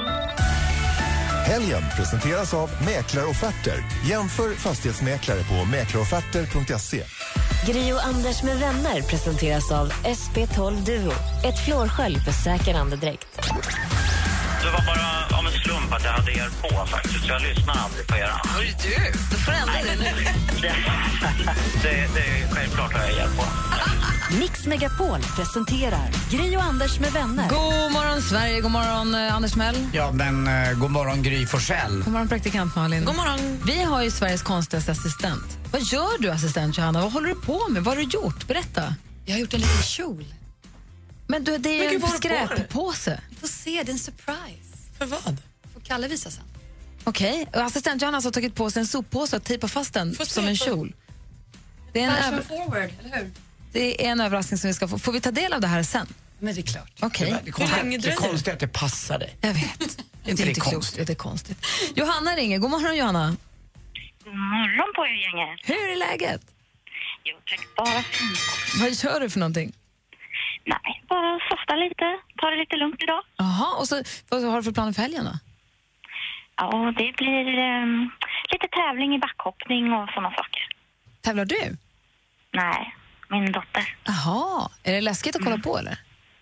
Helgen presenteras av Mäklarofferter. Jämför fastighetsmäklare på mäklarofferter punkt se. Gri och Anders med vänner presenteras av S P tolv Duo. Ett flårskölj för säker andedräkt. Det var bara av en slump att jag hade er på faktiskt. Så jag lyssnar aldrig på er. Oj du, då får ändra det nu. Det, det, det är självklart att jag är er på. Mix Megapol presenterar Gry och Anders med vänner. God morgon Sverige, god morgon eh, Anders Mell. Ja, men uh, god morgon Gry Forssell. God morgon praktikant Malin. God morgon. Vi har ju Sveriges konstigaste assistent. Vad gör du assistent Johanna? Vad håller du på med? Vad har du gjort? Berätta. Jag har gjort en liten kjol. Men du, det är ju en skräppåse. Vi får se, det är en surprise. För vad? Får Kalle visa sen. Okej, okay. Assistent Johanna har tagit på sig en soppåse och tejpat fast den som en kjol. Det är en, Fashion över... forward, eller hur? det är en överraskning som vi ska få. Får vi ta del av det här sen? Men det är klart. Okej. Okay. Det, det, det är konstigt att det passar dig. Jag vet. Det är inte, det är inte konstigt. Det är konstigt. Johanna ringer. God morgon Johanna. God morgon på er gänget. Hur är läget? Jo tack, bara fint. Vad gör du för någonting? Nej, bara softa lite. Ta det lite lugnt idag. Jaha, och så, vad har du för planer för helgen då? Ja, det blir um, lite tävling i backhoppning och såna saker. Tävlar du? Nej, min dotter. Jaha, är det läskigt att kolla mm. på eller?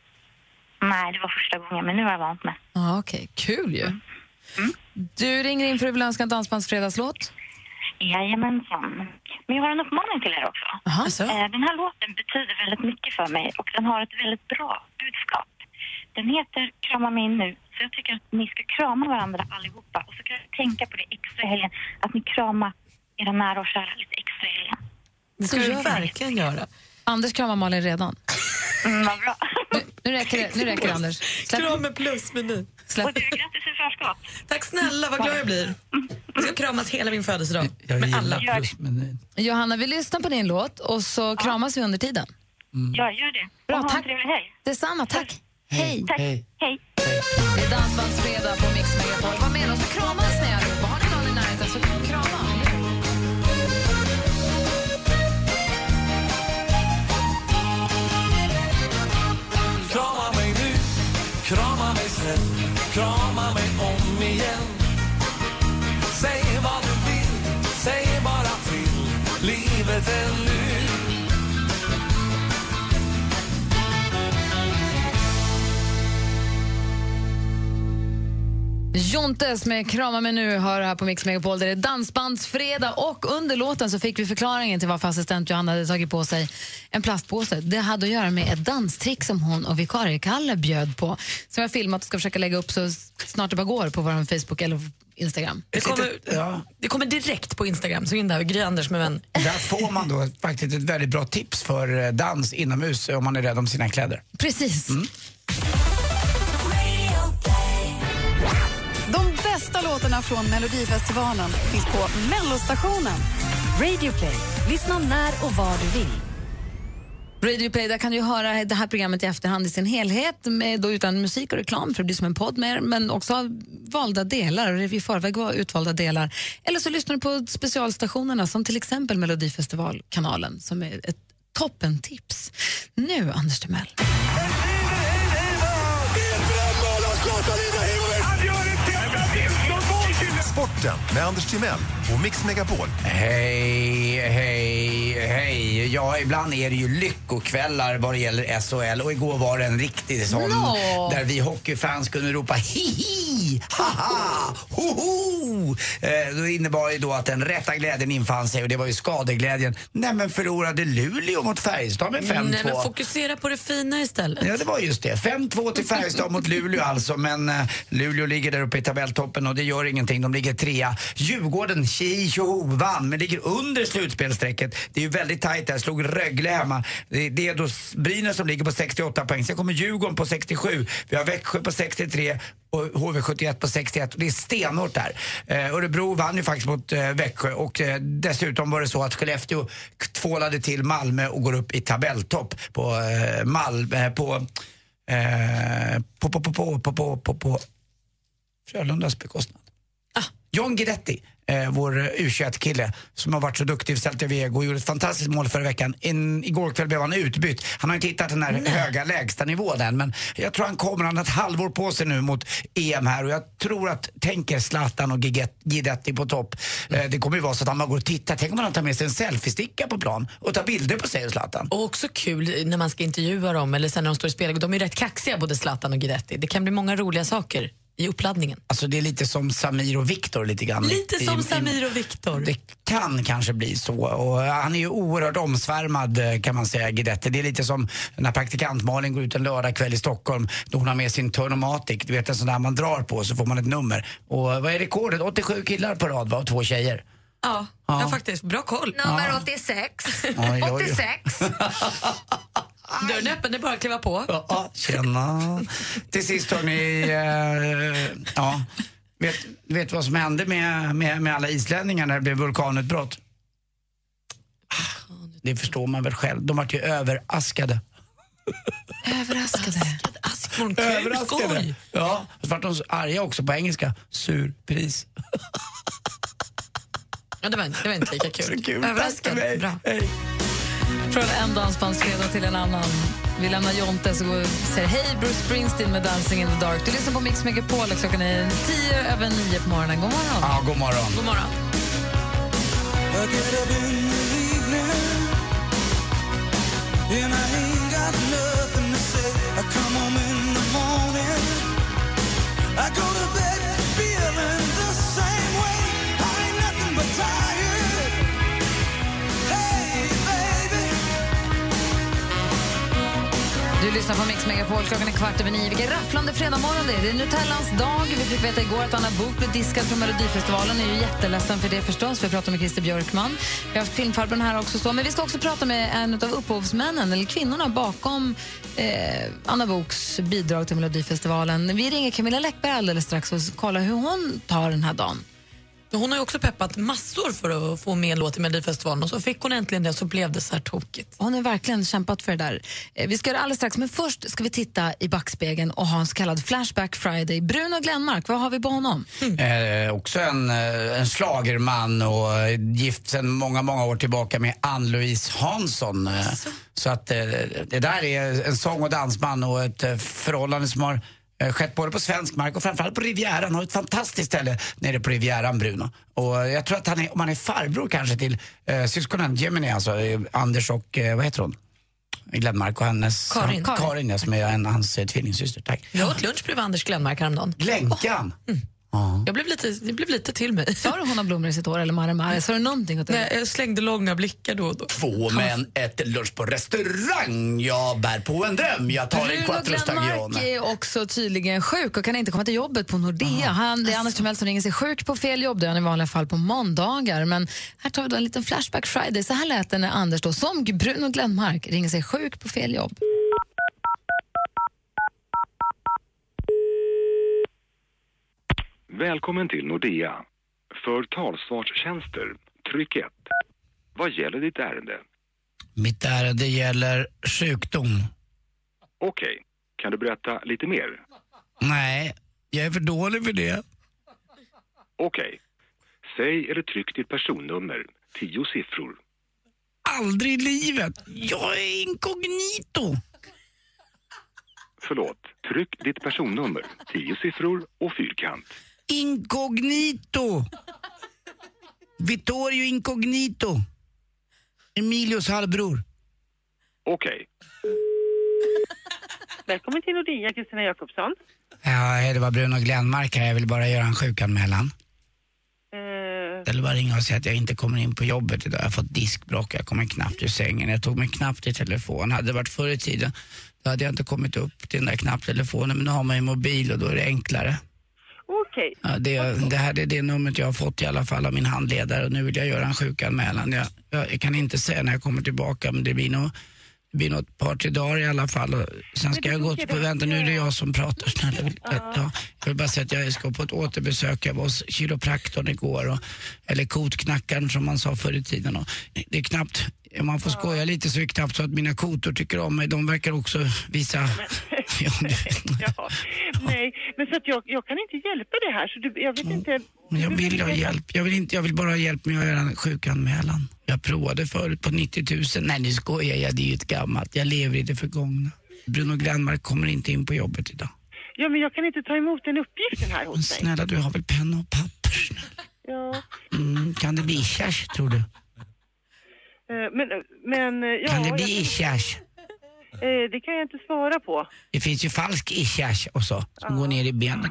Nej, det var första gången, men nu har jag vant mig. Ja, okej. Okay. Kul ju. Mm. Mm. Du ringer in för att du vill önska en dansbandsfredagslåt? Jajamensan. Men jag har en uppmaning till er också. Alltså? Den här låten betyder väldigt mycket för mig och den har ett väldigt bra budskap. Den heter Krama mig nu, så jag tycker att ni ska krama varandra allihopa och så kan jag tänka på det extra i helgen, att ni kramar era nära och kära lite extra i helgen. Det ska du verkligen göra. Anders kramar Malin redan. Mm, vad bra. Nu, nu räcker det, nu räcker det Anders. Släpp. Kram med plus-meny. Släpp. Och du, grattis i förskott. Tack snälla, vad glad jag blir. Jag ska kramas hela min födelsedag. Jag med alla. plus-menyn. Johanna, vi lyssnar på din låt och så kramas ja. vi under tiden. Mm. Ja, gör det. Bra, och tack. Hej. Detsamma, tack. Hej. Tack. Hej. Hej. Det är Dansbandsfredag på Mix Megapol. Var med oss och kramas när jag nu. Har ni någon i närheten så krama. Krama mig nu, krama mig sen, krama mig om igen. Säg vad du vill, säg bara till, livet är nu. Jontes med Krama mig nu hör här på Mix Megapol. Det är dansbandsfredag och under låten så fick vi förklaringen till varför assistent Johanna hade tagit på sig en plastpåse. Det hade att göra med ett danstrick som hon och vikarie Kalle bjöd på. Som jag filmat och ska försöka lägga upp så snart det bara går på vår Facebook eller Instagram. Det kommer, ja. det kommer direkt på Instagram, så in där, Gry Anders med vän. Där får man då faktiskt ett väldigt bra tips för dans inomhus om man är rädd om sina kläder. Precis. Mm. De bästa låtarna från Melodifestivalen finns på Mellostationen. Radio Play. Lyssna när och var du vill. Radio Play, där kan du höra det här programmet i efterhand i sin helhet med, då utan musik och reklam för det blir som en podd med, men också valda delar, och i förväg var utvalda delar. Eller så lyssnar du på specialstationerna som till exempel Melodifestivalkanalen som är ett toppentips. Nu, Anders Timell. Sporten med Anders Timell och Mix Megapol. Hej, hej, hej. Ja, ibland är det ju lyckokvällar vad det gäller S H L. Och igår var det en riktig sån no. där vi hockeyfans kunde ropa hihi, haha, hoho. Eh, det innebar ju då att den rätta glädjen infann sig och det var ju skadeglädjen. Nej, men förlorade Luleå mot Färjestad med fem två. Nej, men fokusera på det fina istället. Ja, det var just det. fem två till Färjestad mot Luleå alltså. Men eh, Luleå ligger där uppe i tabelltoppen och det gör ingenting. De ligger trea. Djurgården, tji tjoho, vann men ligger under slutspelsträcket. Det är ju väldigt tajt där. Slog Rögle hemma. Det, det är då Brynäs som ligger på sextioåtta poäng. Sen kommer Djurgården på sextiosju. Vi har Växjö på sextiotre och H V sjuttioett på sextioett. Och det är stenhårt där. Eh, Örebro vann ju faktiskt mot eh, Växjö. Och eh, dessutom var det så att Skellefteå tvålade till Malmö och går upp i tabelltopp på eh, Malmö på, eh, på, på, på, på, på, på, på, på Frölundas bekostnad. John Guidetti, eh, vår U tjugoett-kille som har varit så duktig i Celta Vigo och gjorde ett fantastiskt mål förra veckan. In, igår kväll blev han utbytt. Han har inte hittat den här Nej. höga lägsta nivån än, men jag tror han kommer, han har ett halvår på sig nu mot E M här och jag tror att, tänker Zlatan och Guidetti på topp. Mm. Eh, det kommer ju vara så att han bara går och tittar. Tänk om han tar med sig en selfie-sticka på plan och tar bilder på sig och Zlatan. Och också kul när man ska intervjua dem eller sen när de står i spel. De är ju rätt kaxiga både Zlatan och Guidetti. Det kan bli många roliga saker i uppladdningen. Alltså det är lite som Samir och Viktor lite grann. Lite I, som i, Samir och Viktor. Det kan kanske bli så. Och han är ju oerhört omsvärmad kan man säga, Guidetti. Det är lite som när praktikant Malin går ut en lördag kväll i Stockholm då hon har med sin Turnomatic. Du vet en sån där man drar på så får man ett nummer. Och vad är rekordet? åttiosju killar på rad va? Och två tjejer. Ja, ja. ja faktiskt. Bra koll. Nummer Ja. åttiosex. Oj, oj, oj. åttiosex. Dörren är öppen, det är bara att kliva på. Ja, tjena. Till sist hörni, eh, ja, vet, vet vad som hände med, med, med alla islänningar när det blev vulkanutbrott? Det förstår man väl själv. De var ju överaskade. Överraskade? Askmorgon, Överraskade. Ja, så var de så arga också på engelska. Surpris. Ja, det var, det var inte lika kul. kul. Överraskande. Bra. Hej. Från en dansbandsfredag till en annan. Vi lämnar Jonte och säger hej Bruce Springsteen med Dancing in the Dark. Du lyssnar på Mix Megapol och klockan är tio över nio på morgonen. God morgon. Ja, god morgon. God morgon. Du lyssnar på Mix Megapol, klockan är kvart över nio. Vilken rafflande fredag morgon det är. Det är Nutellans dag. Vi fick veta igår att Anna Book blev diskad från Melodifestivalen. Jag är ju jätteledsen för det förstås. Vi pratar med Christer Björkman. Vi har haft filmfarbrorn här också. Så. Men vi ska också prata med en av upphovsmännen, eller kvinnorna bakom eh, Anna Boks bidrag till Melodifestivalen. Vi ringer Camilla Läckberg alldeles strax och kollar hur hon tar den här dagen. Hon har ju också peppat massor för att få med en låt i Melodifestivalen och så fick hon äntligen det så blev det så här tokigt. Hon har verkligen kämpat för det där. Vi ska göra det alldeles strax, men först ska vi titta i backspegeln och ha en så kallad Flashback Friday. Bruno Glenmark, vad har vi på honom? Mm. Eh, också en, en slagerman och gift sedan många, många år tillbaka med Ann-Louise Hansson. Så, så att eh, det där är en sång- och dansman och ett eh, förhållande som har skett både på svensk mark och framförallt på Rivieran. Han har ett fantastiskt ställe nere på Rivieran, Bruno. Och jag tror att han är, om han är farbror kanske till eh, syskonen Gemini, alltså eh, Anders och, eh, vad heter hon? Glenmark och hennes... Karin. Han, Karin, ja, som är en, hans eh, tvillingsyster. Tack. Jag åt lunch bredvid Anders Glenmark häromdagen. Glänkan! Oh. Mm. Ja. Jag blev lite, det blev lite till mig. Sa du hon har blommor i sitt hår eller Mare Mare? Sa du någonting åt det? Nej, jag slängde långa blickar då och då. Två män äter lunch på restaurang. Jag bär på en dröm. Jag tar en quattro stagione. Bruno Glenmark är också tydligen sjuk och kan inte komma till jobbet på Nordea. Han, det är Anders Timell som ringer sig sjuk på fel jobb. Det är han i vanliga fall på måndagar. Men här tar vi då en liten Flashback Friday. Så här lät det när Anders då, som Bruno Glenmark, ringer sig sjuk på fel jobb. Välkommen till Nordea. För talsvarstjänster, tryck ett. Vad gäller ditt ärende? Mitt ärende gäller sjukdom. Okej, kan du berätta lite mer? Nej, jag är för dålig för det. Okej, säg eller tryck ditt personnummer, tio siffror. Aldrig i livet. Jag är inkognito. Förlåt, tryck ditt personnummer, tio siffror och fyrkant. Inkognito. Vittorio Inkognito. Emilios halvbror. Okej. Välkommen till Nordea, Kristina Jakobsson. Ja, det var Bruno Glenmark här. Jag vill bara göra en sjukanmälan. Uh... Jag vill bara ringa och säga att jag inte kommer in på jobbet idag. Jag har fått diskbråck. Jag kommer knappt ur sängen. Jag tog mig knappt i telefon. Hade det varit förr i tiden, då hade jag inte kommit upp till den där knapptelefonen. Men nu har man ju mobil och då är det enklare. Okej. Okay. Ja, det, det här är det numret jag har fått i alla fall av min handledare. Och nu vill jag göra en sjukanmälan. Jag, jag kan inte säga när jag kommer tillbaka, men det blir nog... Det blir nog ett par, tre dagar i alla fall. Och sen ska jag gå på... Vänta, nu är det jag som pratar. Snälla. Ja. Ja, jag vill bara säga att jag ska på ett återbesök. Jag var hos kiropraktorn igår. Och, eller kotknackaren som man sa förr i tiden. Och det är knappt... Om man får skoja lite så är det knappt så att mina kotor tycker om mig. De verkar också visa... Men, ja, ja, nej, men så att jag, jag kan inte hjälpa det här. Så du, jag vet inte... Men jag vill ha hjälp. Jag vill, inte, jag vill bara ha hjälp med att göra en sjukanmälan. Jag provade förut på nittio tusen. Nej, nu skojar jag. Det är ju ett gammalt. Jag lever i det förgångna. Bruno Glenmark kommer inte in på jobbet idag. Ja, men jag kan inte ta emot den uppgiften här hos men dig. Snälla, du har väl penna och papper? Snälla. Ja. Mm, kan det bli kärs, tror du? Men, men, ja, kan det bli jag... ischärs? Det kan jag inte svara på. Det finns ju falsk ischärs också, som ja. går ner i benet.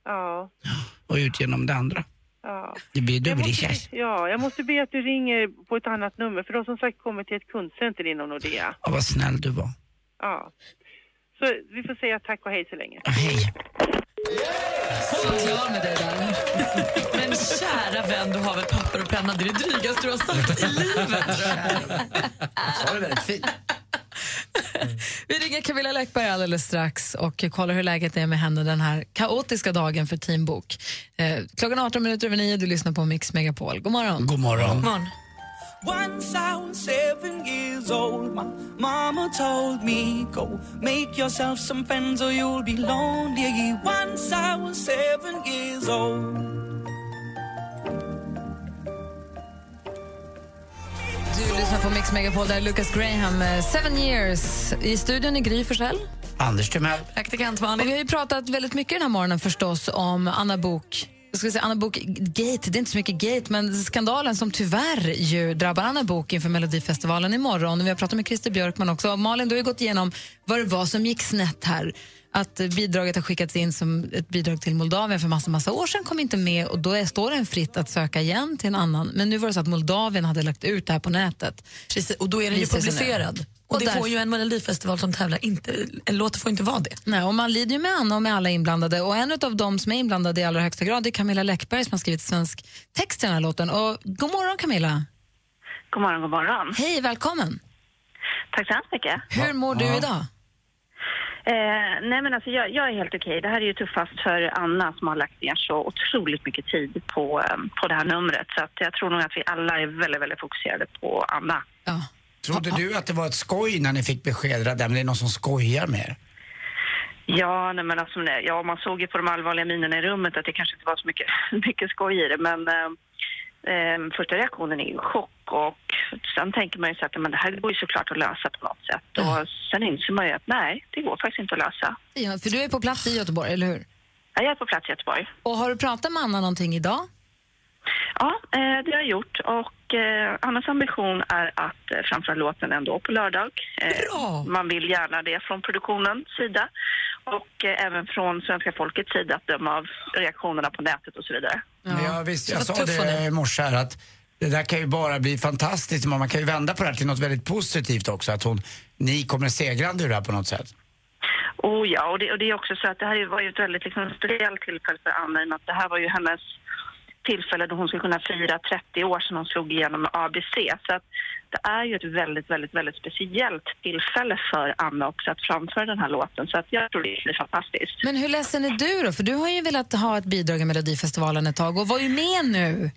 Ja. Och ut genom det andra. Ja. Det blir Jag måste, dubbelkärs. ja, jag måste be att du ringer på ett annat nummer. För de som sagt kommer till ett kundcenter inom Nordea. Ja, vad snäll du var. Ja. Så vi får säga tack och hej så länge. Ja, hej. Så klar med det där. Men kära vän, du har väl papper och penna? Det är det drygaste du har sagt i livet. Så är det väldigt fint. Vi ringer Camilla Läckberg alldeles strax och kollar hur läget är med henne den här kaotiska dagen för Teambok. Eh, klockan arton minuter över nio, du lyssnar på Mix Megapol. God morgon. God morgon. God morgon. Once I was seven years old, my mama told me, go make yourself some friends or you'll be lonely. Once I was seven years old. Du lyssnar på Mix Megapol, där är Lucas Graham, eh, Seven Years. I studion i Gry Forssell. Anders Timell. Praktikant Malin. Vi har ju pratat väldigt mycket den här morgonen förstås om Anna Bok. Jag ska säga Anna Bok Gate, det är inte så mycket gate, men skandalen som tyvärr ju drabbar Anna Bok inför Melodifestivalen imorgon. Vi har pratat med Christer Björkman också. Malin, du har ju gått igenom vad det var som gick snett här. Att bidraget har skickats in som ett bidrag till Moldavien för massa, massa år sedan, kom inte med och då är, står den fritt att söka igen till en annan. Men nu var det så att Moldavien hade lagt ut det här på nätet. Precis, och då är den ju publicerad. Och, och det där får ju en Melodifestival som tävlar inte, en låt får inte vara det. Nej, och man lider ju med Anna och med alla inblandade. Och en av dem som är inblandade i allra högsta grad är Camilla Läckberg som har skrivit svensk text till den här låten. Och god morgon Camilla. God morgon, god morgon. Hej, välkommen. Tack så hemskt mycket. Hur mår du idag? Eh, nej men alltså jag, jag är helt okej. Det här är ju tuffast för Anna som har lagt ner så otroligt mycket tid på, um, på det här numret. Så att jag tror nog att vi alla är väldigt, väldigt fokuserade på Anna. Ja. Trodde du att det var ett skoj när ni fick besked att det är någon som skojar med er? Ja, nej men alltså, nej, ja, man såg ju på de allvarliga minerna i rummet att det kanske inte var så mycket, mycket skoj i det. Men eh, eh, första reaktionen är ju chock och sen tänker man ju så att men det här går ju såklart att lösa på något sätt. Och mm. sen inser man ju att nej, det går faktiskt inte att lösa. Ja, för du är på plats i Göteborg, eller hur? Ja, jag är på plats i Göteborg. Och har du pratat med Anna någonting idag? Ja, eh, det har jag gjort och eh, Annas ambition är att eh, framföra låten ändå på lördag. Eh, man vill gärna det från produktionens sida och eh, även från svenska folkets sida att döma av reaktionerna på nätet och så vidare. Ja, ja visst, jag sa det i morse här att det där kan ju bara bli fantastiskt, men man kan ju vända på det här till något väldigt positivt också, att hon, ni kommer segrande ur det här på något sätt. Oh ja, och det, och det är också så att det här var ju ett väldigt liksom, speciellt tillfälle för Anna, i och med att det här var ju hennes tillfälle då hon skulle kunna fira trettio år sedan hon slog igenom med A B C. Så att det är ju ett väldigt, väldigt, väldigt speciellt tillfälle för Anna också att framföra den här låten. Så att jag tror det är fantastiskt. Men hur ledsen är du då? För du har ju velat ha ett bidrag i Melodifestivalen ett tag och var ju med nu.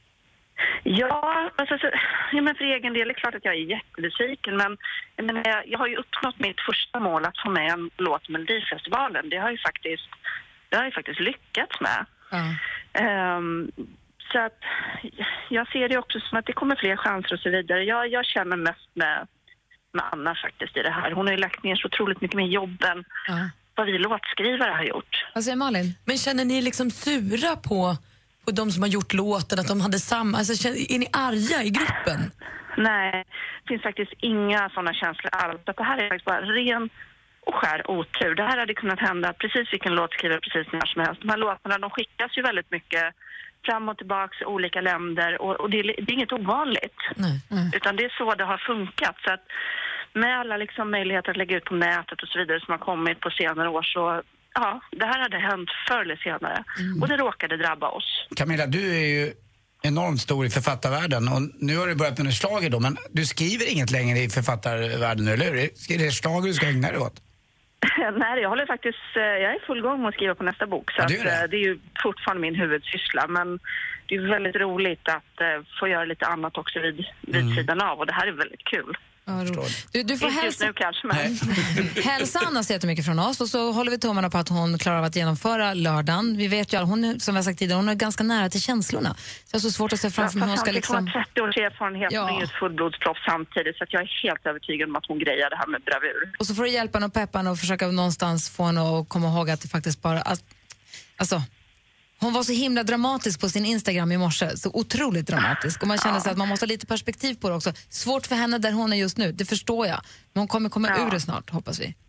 Ja, alltså, så, ja, men för egen del är det klart att jag är jättebesviken. Men jag, menar, jag, jag har ju uppnått mitt första mål att få med en låt i Melodifestivalen. Det har ju faktiskt, det har jag faktiskt lyckats med. Mm. Um, så att jag ser det också som att det kommer fler chanser och så vidare. Jag, jag känner mest med, med Anna faktiskt i det här. Hon har ju lagt ner så otroligt mycket med jobben. Mm. Vad vi låtskrivare har gjort. Vad säger Malin? Men känner ni liksom sura på, på de som har gjort låten, att de hade samma, alltså, är ni arga i gruppen? Nej, det finns faktiskt inga sådana känslor alls. Att det här är faktiskt bara ren och skär otur. Det här hade kunnat hända precis vilken låtskrivare precis när som helst. De här låtarna, de skickas ju väldigt mycket fram och tillbaka i olika länder och, och det, är, det är inget ovanligt. Nej. Mm. Utan det är så det har funkat. Så att med alla liksom möjligheter att lägga ut på nätet och så vidare som har kommit på senare år så ja, det här hade hänt förr eller senare. Mm. Och det råkade drabba oss. Camilla, du är ju enormt stor i författarvärlden och nu har du börjat med en schlager då, men du skriver inget längre i författarvärlden, eller hur? Är det schlager du ska ägna dig åt? Nej, jag håller faktiskt, jag är full gång med att skriva på nästa bok så ja, det, är det. Att, det är ju fortfarande min huvudsyssla, men det är väldigt roligt att uh, få göra lite annat också vid, vid mm. sidan av och det här är väldigt kul. Ja, du, du får Inte hälsa... just nu kanske, men... hälsa Anna så jättemycket från oss och så håller vi tummarna på att hon klarar av att genomföra lördagen. Vi vet ju att hon, som vi har sagt tidigare, hon är ganska nära till känslorna. Så det är så svårt att se framför mig hon ska liksom... Hon har trettio års erfarenhet ja. och är ju ett fullblodsproff samtidigt så att jag är helt övertygad om att hon grejer det här med bravur. Och så får du hjälpa henne och peppa henne och försöka någonstans få henne att komma ihåg att det faktiskt bara... Att, alltså... Hon var så himla dramatisk på sin Instagram i morse, så otroligt dramatisk. Och man känner sig att man måste ha lite perspektiv på det också. Svårt för henne där hon är just nu, det förstår jag. Men hon kommer komma ja. ur det snart, hoppas vi.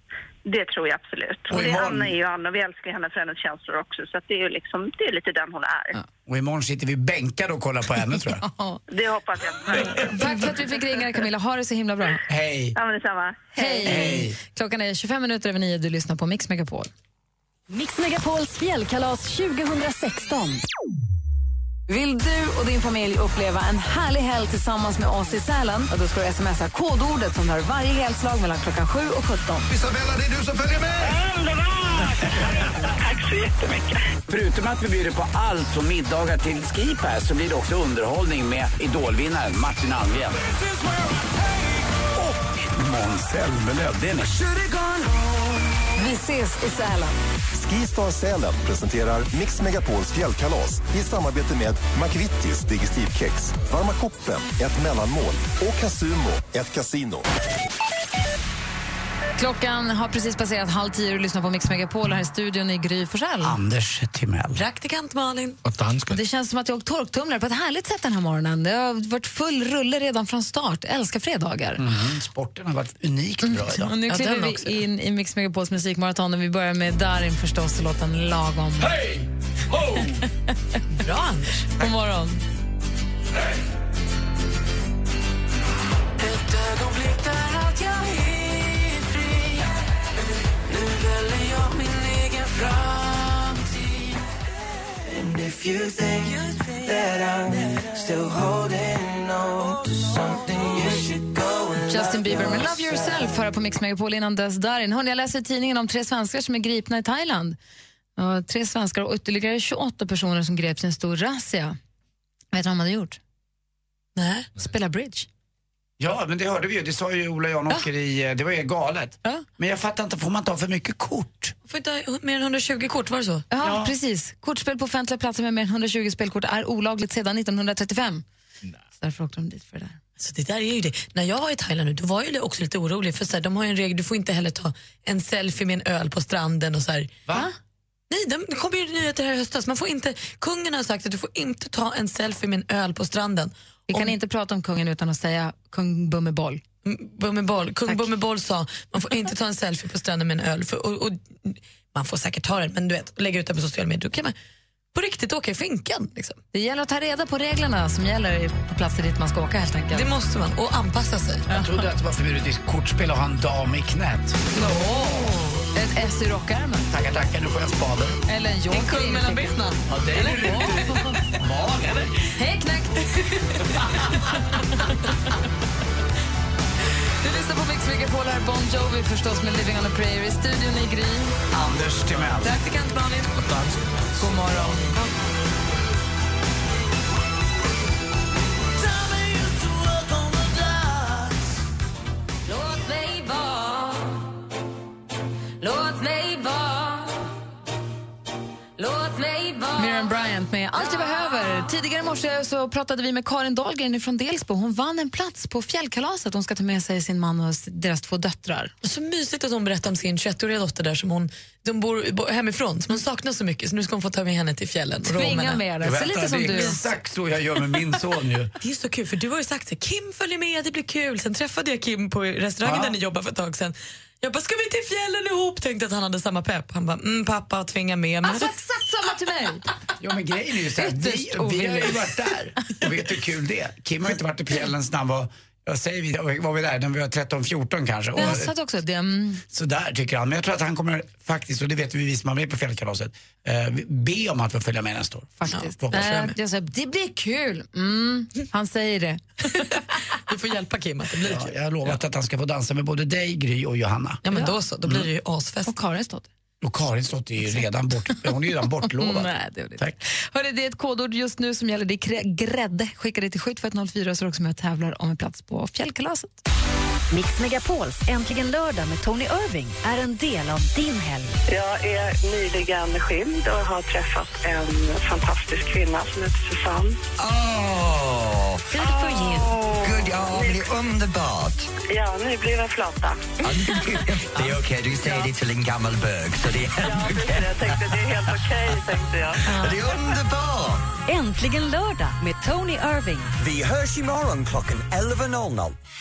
Det tror jag absolut. Och det, Anna är ju Anna och vi älskar henne för hennes känslor också. Så att det är ju liksom, det är lite den hon är. Ja. Och imorgon sitter vi bänkade och kollar på henne, tror jag. Ja. Det hoppas jag. Tack för att vi fick ringa, Camilla. Ha det så himla bra. Hej. Ja, men detsamma. Hej. Hej. Klockan är tjugofem minuter över nio. Du lyssnar på Mix Megapol. Mix Megapols fjällkalas tjugohundrasexton. Vill du och din familj uppleva en härlig helg tillsammans med oss i Sälen? Och då ska du smsa kodordet som hör varje helslag mellan klockan sju och sjutton. Isabella, det är du som följer med! Tack så jättemycket. Förutom att vi bjuder på allt från middagar till skipass så blir det också underhållning med idolvinnaren Martin Almgren. Och Måns Zelmerlöw. Det är ni. Vi ses i Sälen. Skistar Sälen presenterar Mix Megapols fjällkalas i samarbete med McVittys digestivkex, Varma koppen, ett mellanmål och Casumo, ett kasino. Klockan har precis passerat halv tio och lyssnar på Mix Megapol här i studion i Gry Forssell. Anders Timell. Praktikant Malin. Och dansken. Det känns som att jag åkt torktumlare på ett härligt sätt den här morgonen. Det har varit full rulle redan från start. Jag älskar fredagar. Mm, sporten har varit unikt bra idag. Mm. Och nu kliver ja, vi in i Mix Megapols musikmaraton och vi börjar med Darin förstås och låten Lagom. Hej! Ho! Bra, Anders. God morgon. Hej! Ett ögonblick där att jag är fri. Nu väljer jag min egen framtid. And if you think that I'm still holding on to something you should go and Justin Bieber med Love Yourself här på Mix Megapol innan dess Darin. Hörrni, jag läser i tidningen om tre svenskar som är gripna i Thailand. Och tre svenskar och ytterligare tjugoåtta personer som greps i en stor razzia. Vet du vad de hade gjort? Nej. Spela bridge. Ja, men det hörde vi ju. Det sa ju Ola Janåker ja. i... Det var ju galet. Ja. Men jag fattar inte, får man ta för mycket kort? Får inte ha mer än hundratjugo kort, var det så? Ja, Ja. precis. Kortspel på offentliga platser med mer än hundratjugo spelkort är olagligt sedan nittonhundratrettiofem. Nej. Så därför åkte de dit för det där. Så det där är ju det. När jag var i Thailand nu, då var jag också lite orolig. För så här, de har ju en regel, du får inte heller ta en selfie med en öl på stranden och så här. Va? Nej, det kommer ju nyheter här i höstas. Man får inte, kungen har sagt att du får inte ta en selfie med en öl på stranden. Vi kan om, inte prata om kungen utan att säga kung Bummeboll. Bummeboll. Kung Tack. Bummeboll sa man får inte ta en selfie på stranden med en öl. För, och, och, man får säkert ta den, men du vet, lägga ut den på sociala medier. Då kan man på riktigt åka i finkan. Liksom. Det gäller att ta reda på reglerna som gäller på platser dit man ska åka helt enkelt. Det måste man, och anpassa sig. Jag trodde att det var förbjudet i kortspel att ha en dam i knät. Oh. Ett S i rockärmen. Tackar, tackar, nu får jag spader. Eller en joker. En kung mellan benen. Ja, det är det riktigt. Mag, eller? Hej, knäckt! Du lyssnar på Mix Megapol här, Bon Jovi förstås med Living on a Prayer i studion i Gry. Anders Timell. Praktikant Malin. Och dansk. God morgon. Låt mig vara. Låt mig vara. Låt mig vara. Miriam Bryant med Allt jag behöver. Tidigare i morse så pratade vi med Karin Dahlgren från Delsbo. Hon vann en plats på fjällkalaset. Hon ska ta med sig sin man och deras två döttrar. Så mysigt att hon berättade om sin tjugoettåriga dotter där som hon, de bor, bor hemifrån, som hon saknar så mycket. Så nu ska hon få ta med henne till fjällen. Tvinga med det. Så lite som det är du. exakt så jag gör med min son ju. Det är så kul, för du har ju sagt att Kim följer med, det blir kul. Sen träffade jag Kim på restaurangen ja. där ni jobbar för ett tag sedan. Jag bara, ska vi till fjällen ihop? Tänkte att han hade samma pepp. Han bara, mm, pappa tvinga med mig. Alltså exakt samma till mig. Ja, men grejen är ju så här, vi, vi har ju varit där. Och vet du hur kul det är? Kim har inte varit i fjällen när han var, jag säger vi, var vi där när vi var tretton fjorton kanske. Och, jag satt också det. Mm. Så där tycker han. Men jag tror att han kommer faktiskt, och det vet vi vi som har med på fjällkalaset, eh, be om att få följa med nästa år. Faktiskt. Ja, äh, jag säger, det blir kul. Mm. Han säger det. Du får hjälpa Kim att det blir ja, kul. Jag har lovat ja. att han ska få dansa med både dig, Gry och Johanna. Ja, men då så. Då blir det ju asfest. Och Karin stått. Och Karin stått är ju redan bort, hon är ju redan bortlovad. Nej, det är det. Tack. Hörrni, det är ett kodord just nu som gäller. Det är grädde. Skicka det till sju två ett noll fyra så är också med och tävlar om en plats på fjällkalaset. Mix Megapols Äntligen lördag med Tony Irving är en del av din helg. Jag är nyligen skild och har träffat en fantastisk kvinna som heter Susanne. Åh! Oh, good for you. Good, ja, det är underbart. Ja, nu blir jag flata. Det är okej, okay. Du säger det till en gammal bög, så det är ja, precis. Jag tänkte det är helt okej, okay, tänkte jag. Ja. Det är underbart! Äntligen lördag med Tony Irving. Vi hörs imorgon klockan elva noll noll.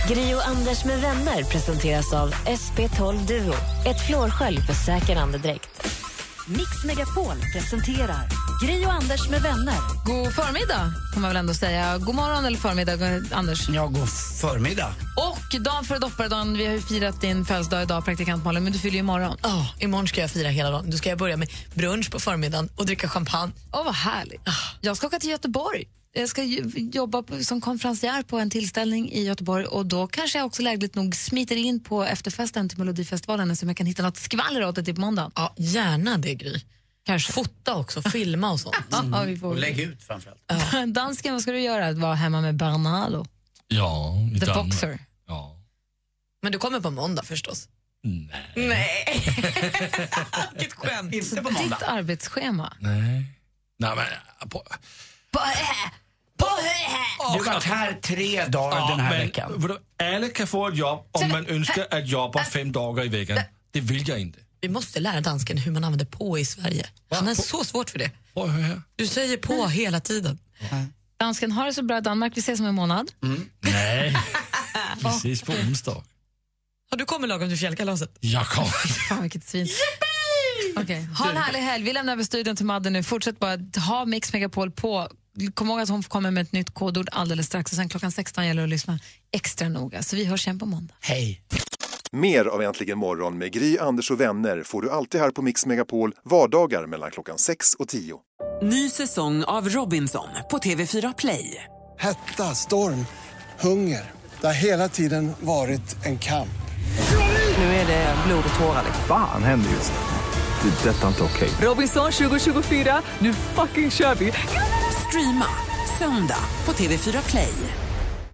Gri och Anders med vänner presenteras av S P tolv Duo. Ett flårskölj för säker andedräkt. Mix Megapol presenterar Gri och Anders med vänner. God förmiddag, kan man väl ändå säga. God morgon eller förmiddag, Anders? Ja, god förmiddag. Och dagen före dopparedagen, vi har ju firat din födelsedag idag, praktikant Malin, men du fyller ju imorgon. Ja, oh, imorgon ska jag fira hela dagen. Då ska jag börja med brunch på förmiddagen och dricka champagne. Åh, oh, vad härligt. Oh. Jag ska åka till Göteborg. Jag ska jobba som konferencier på en tillställning i Göteborg och då kanske jag också lägligt nog smiter in på efterfesten till Melodifestivalen så jag kan hitta något skvaller åt det till på måndag. Ja, gärna det, Gry. Kanske. Fota också, filma och sånt. Mm. Ja, vi får... Och lägg ut framförallt. Ja. Dansken, vad ska du göra? Att vara hemma med Bernardo? Ja, i The Danmark. Boxer. Ja. Men du kommer på måndag förstås? Nej. Nej. Vilket skämt. Inte på måndag. Ditt arbetsschema? Nej. Nej, men... På... På... På... Du har varit här tre dagar ja, den här men, veckan. Alla kan få ett jobb om man önskar att jobba fem dagar i veckan. Det vill jag inte. Vi måste lära dansken hur man använder på i Sverige. Han är på. Så svårt för det. På, här. Du säger på hela tiden. Mm. Dansken, har det så bra i Danmark. Vi ses om en månad. Mm. Nej, vi ses på onsdag. Har du kommit lagom till fjällkalaset? Jag kommer. Fan, vilket svin. Okay. Ha en härlig helg. Vi lämnar över studion till Madde nu. Fortsätt bara ha Mix Megapol på. Kom ihåg att hon kommer med ett nytt kodord alldeles strax. Och sen klockan sexton gäller det att lyssna extra noga. Så vi hörs igen på måndag. Hej. Mer av Äntligen morgon med Gry, Anders och vänner får du alltid här på Mix Megapol vardagar mellan klockan sex och tio. Ny säsong av Robinson på T V fyra Play. Hetta, storm, hunger. Det har hela tiden varit en kamp. Nu är det blod och tårar. Fan händer just det. Det är detta inte okej. Okay. Robinson tjugo tjugofyra, nu fucking kör vi. Streama söndag på T V fyra Play.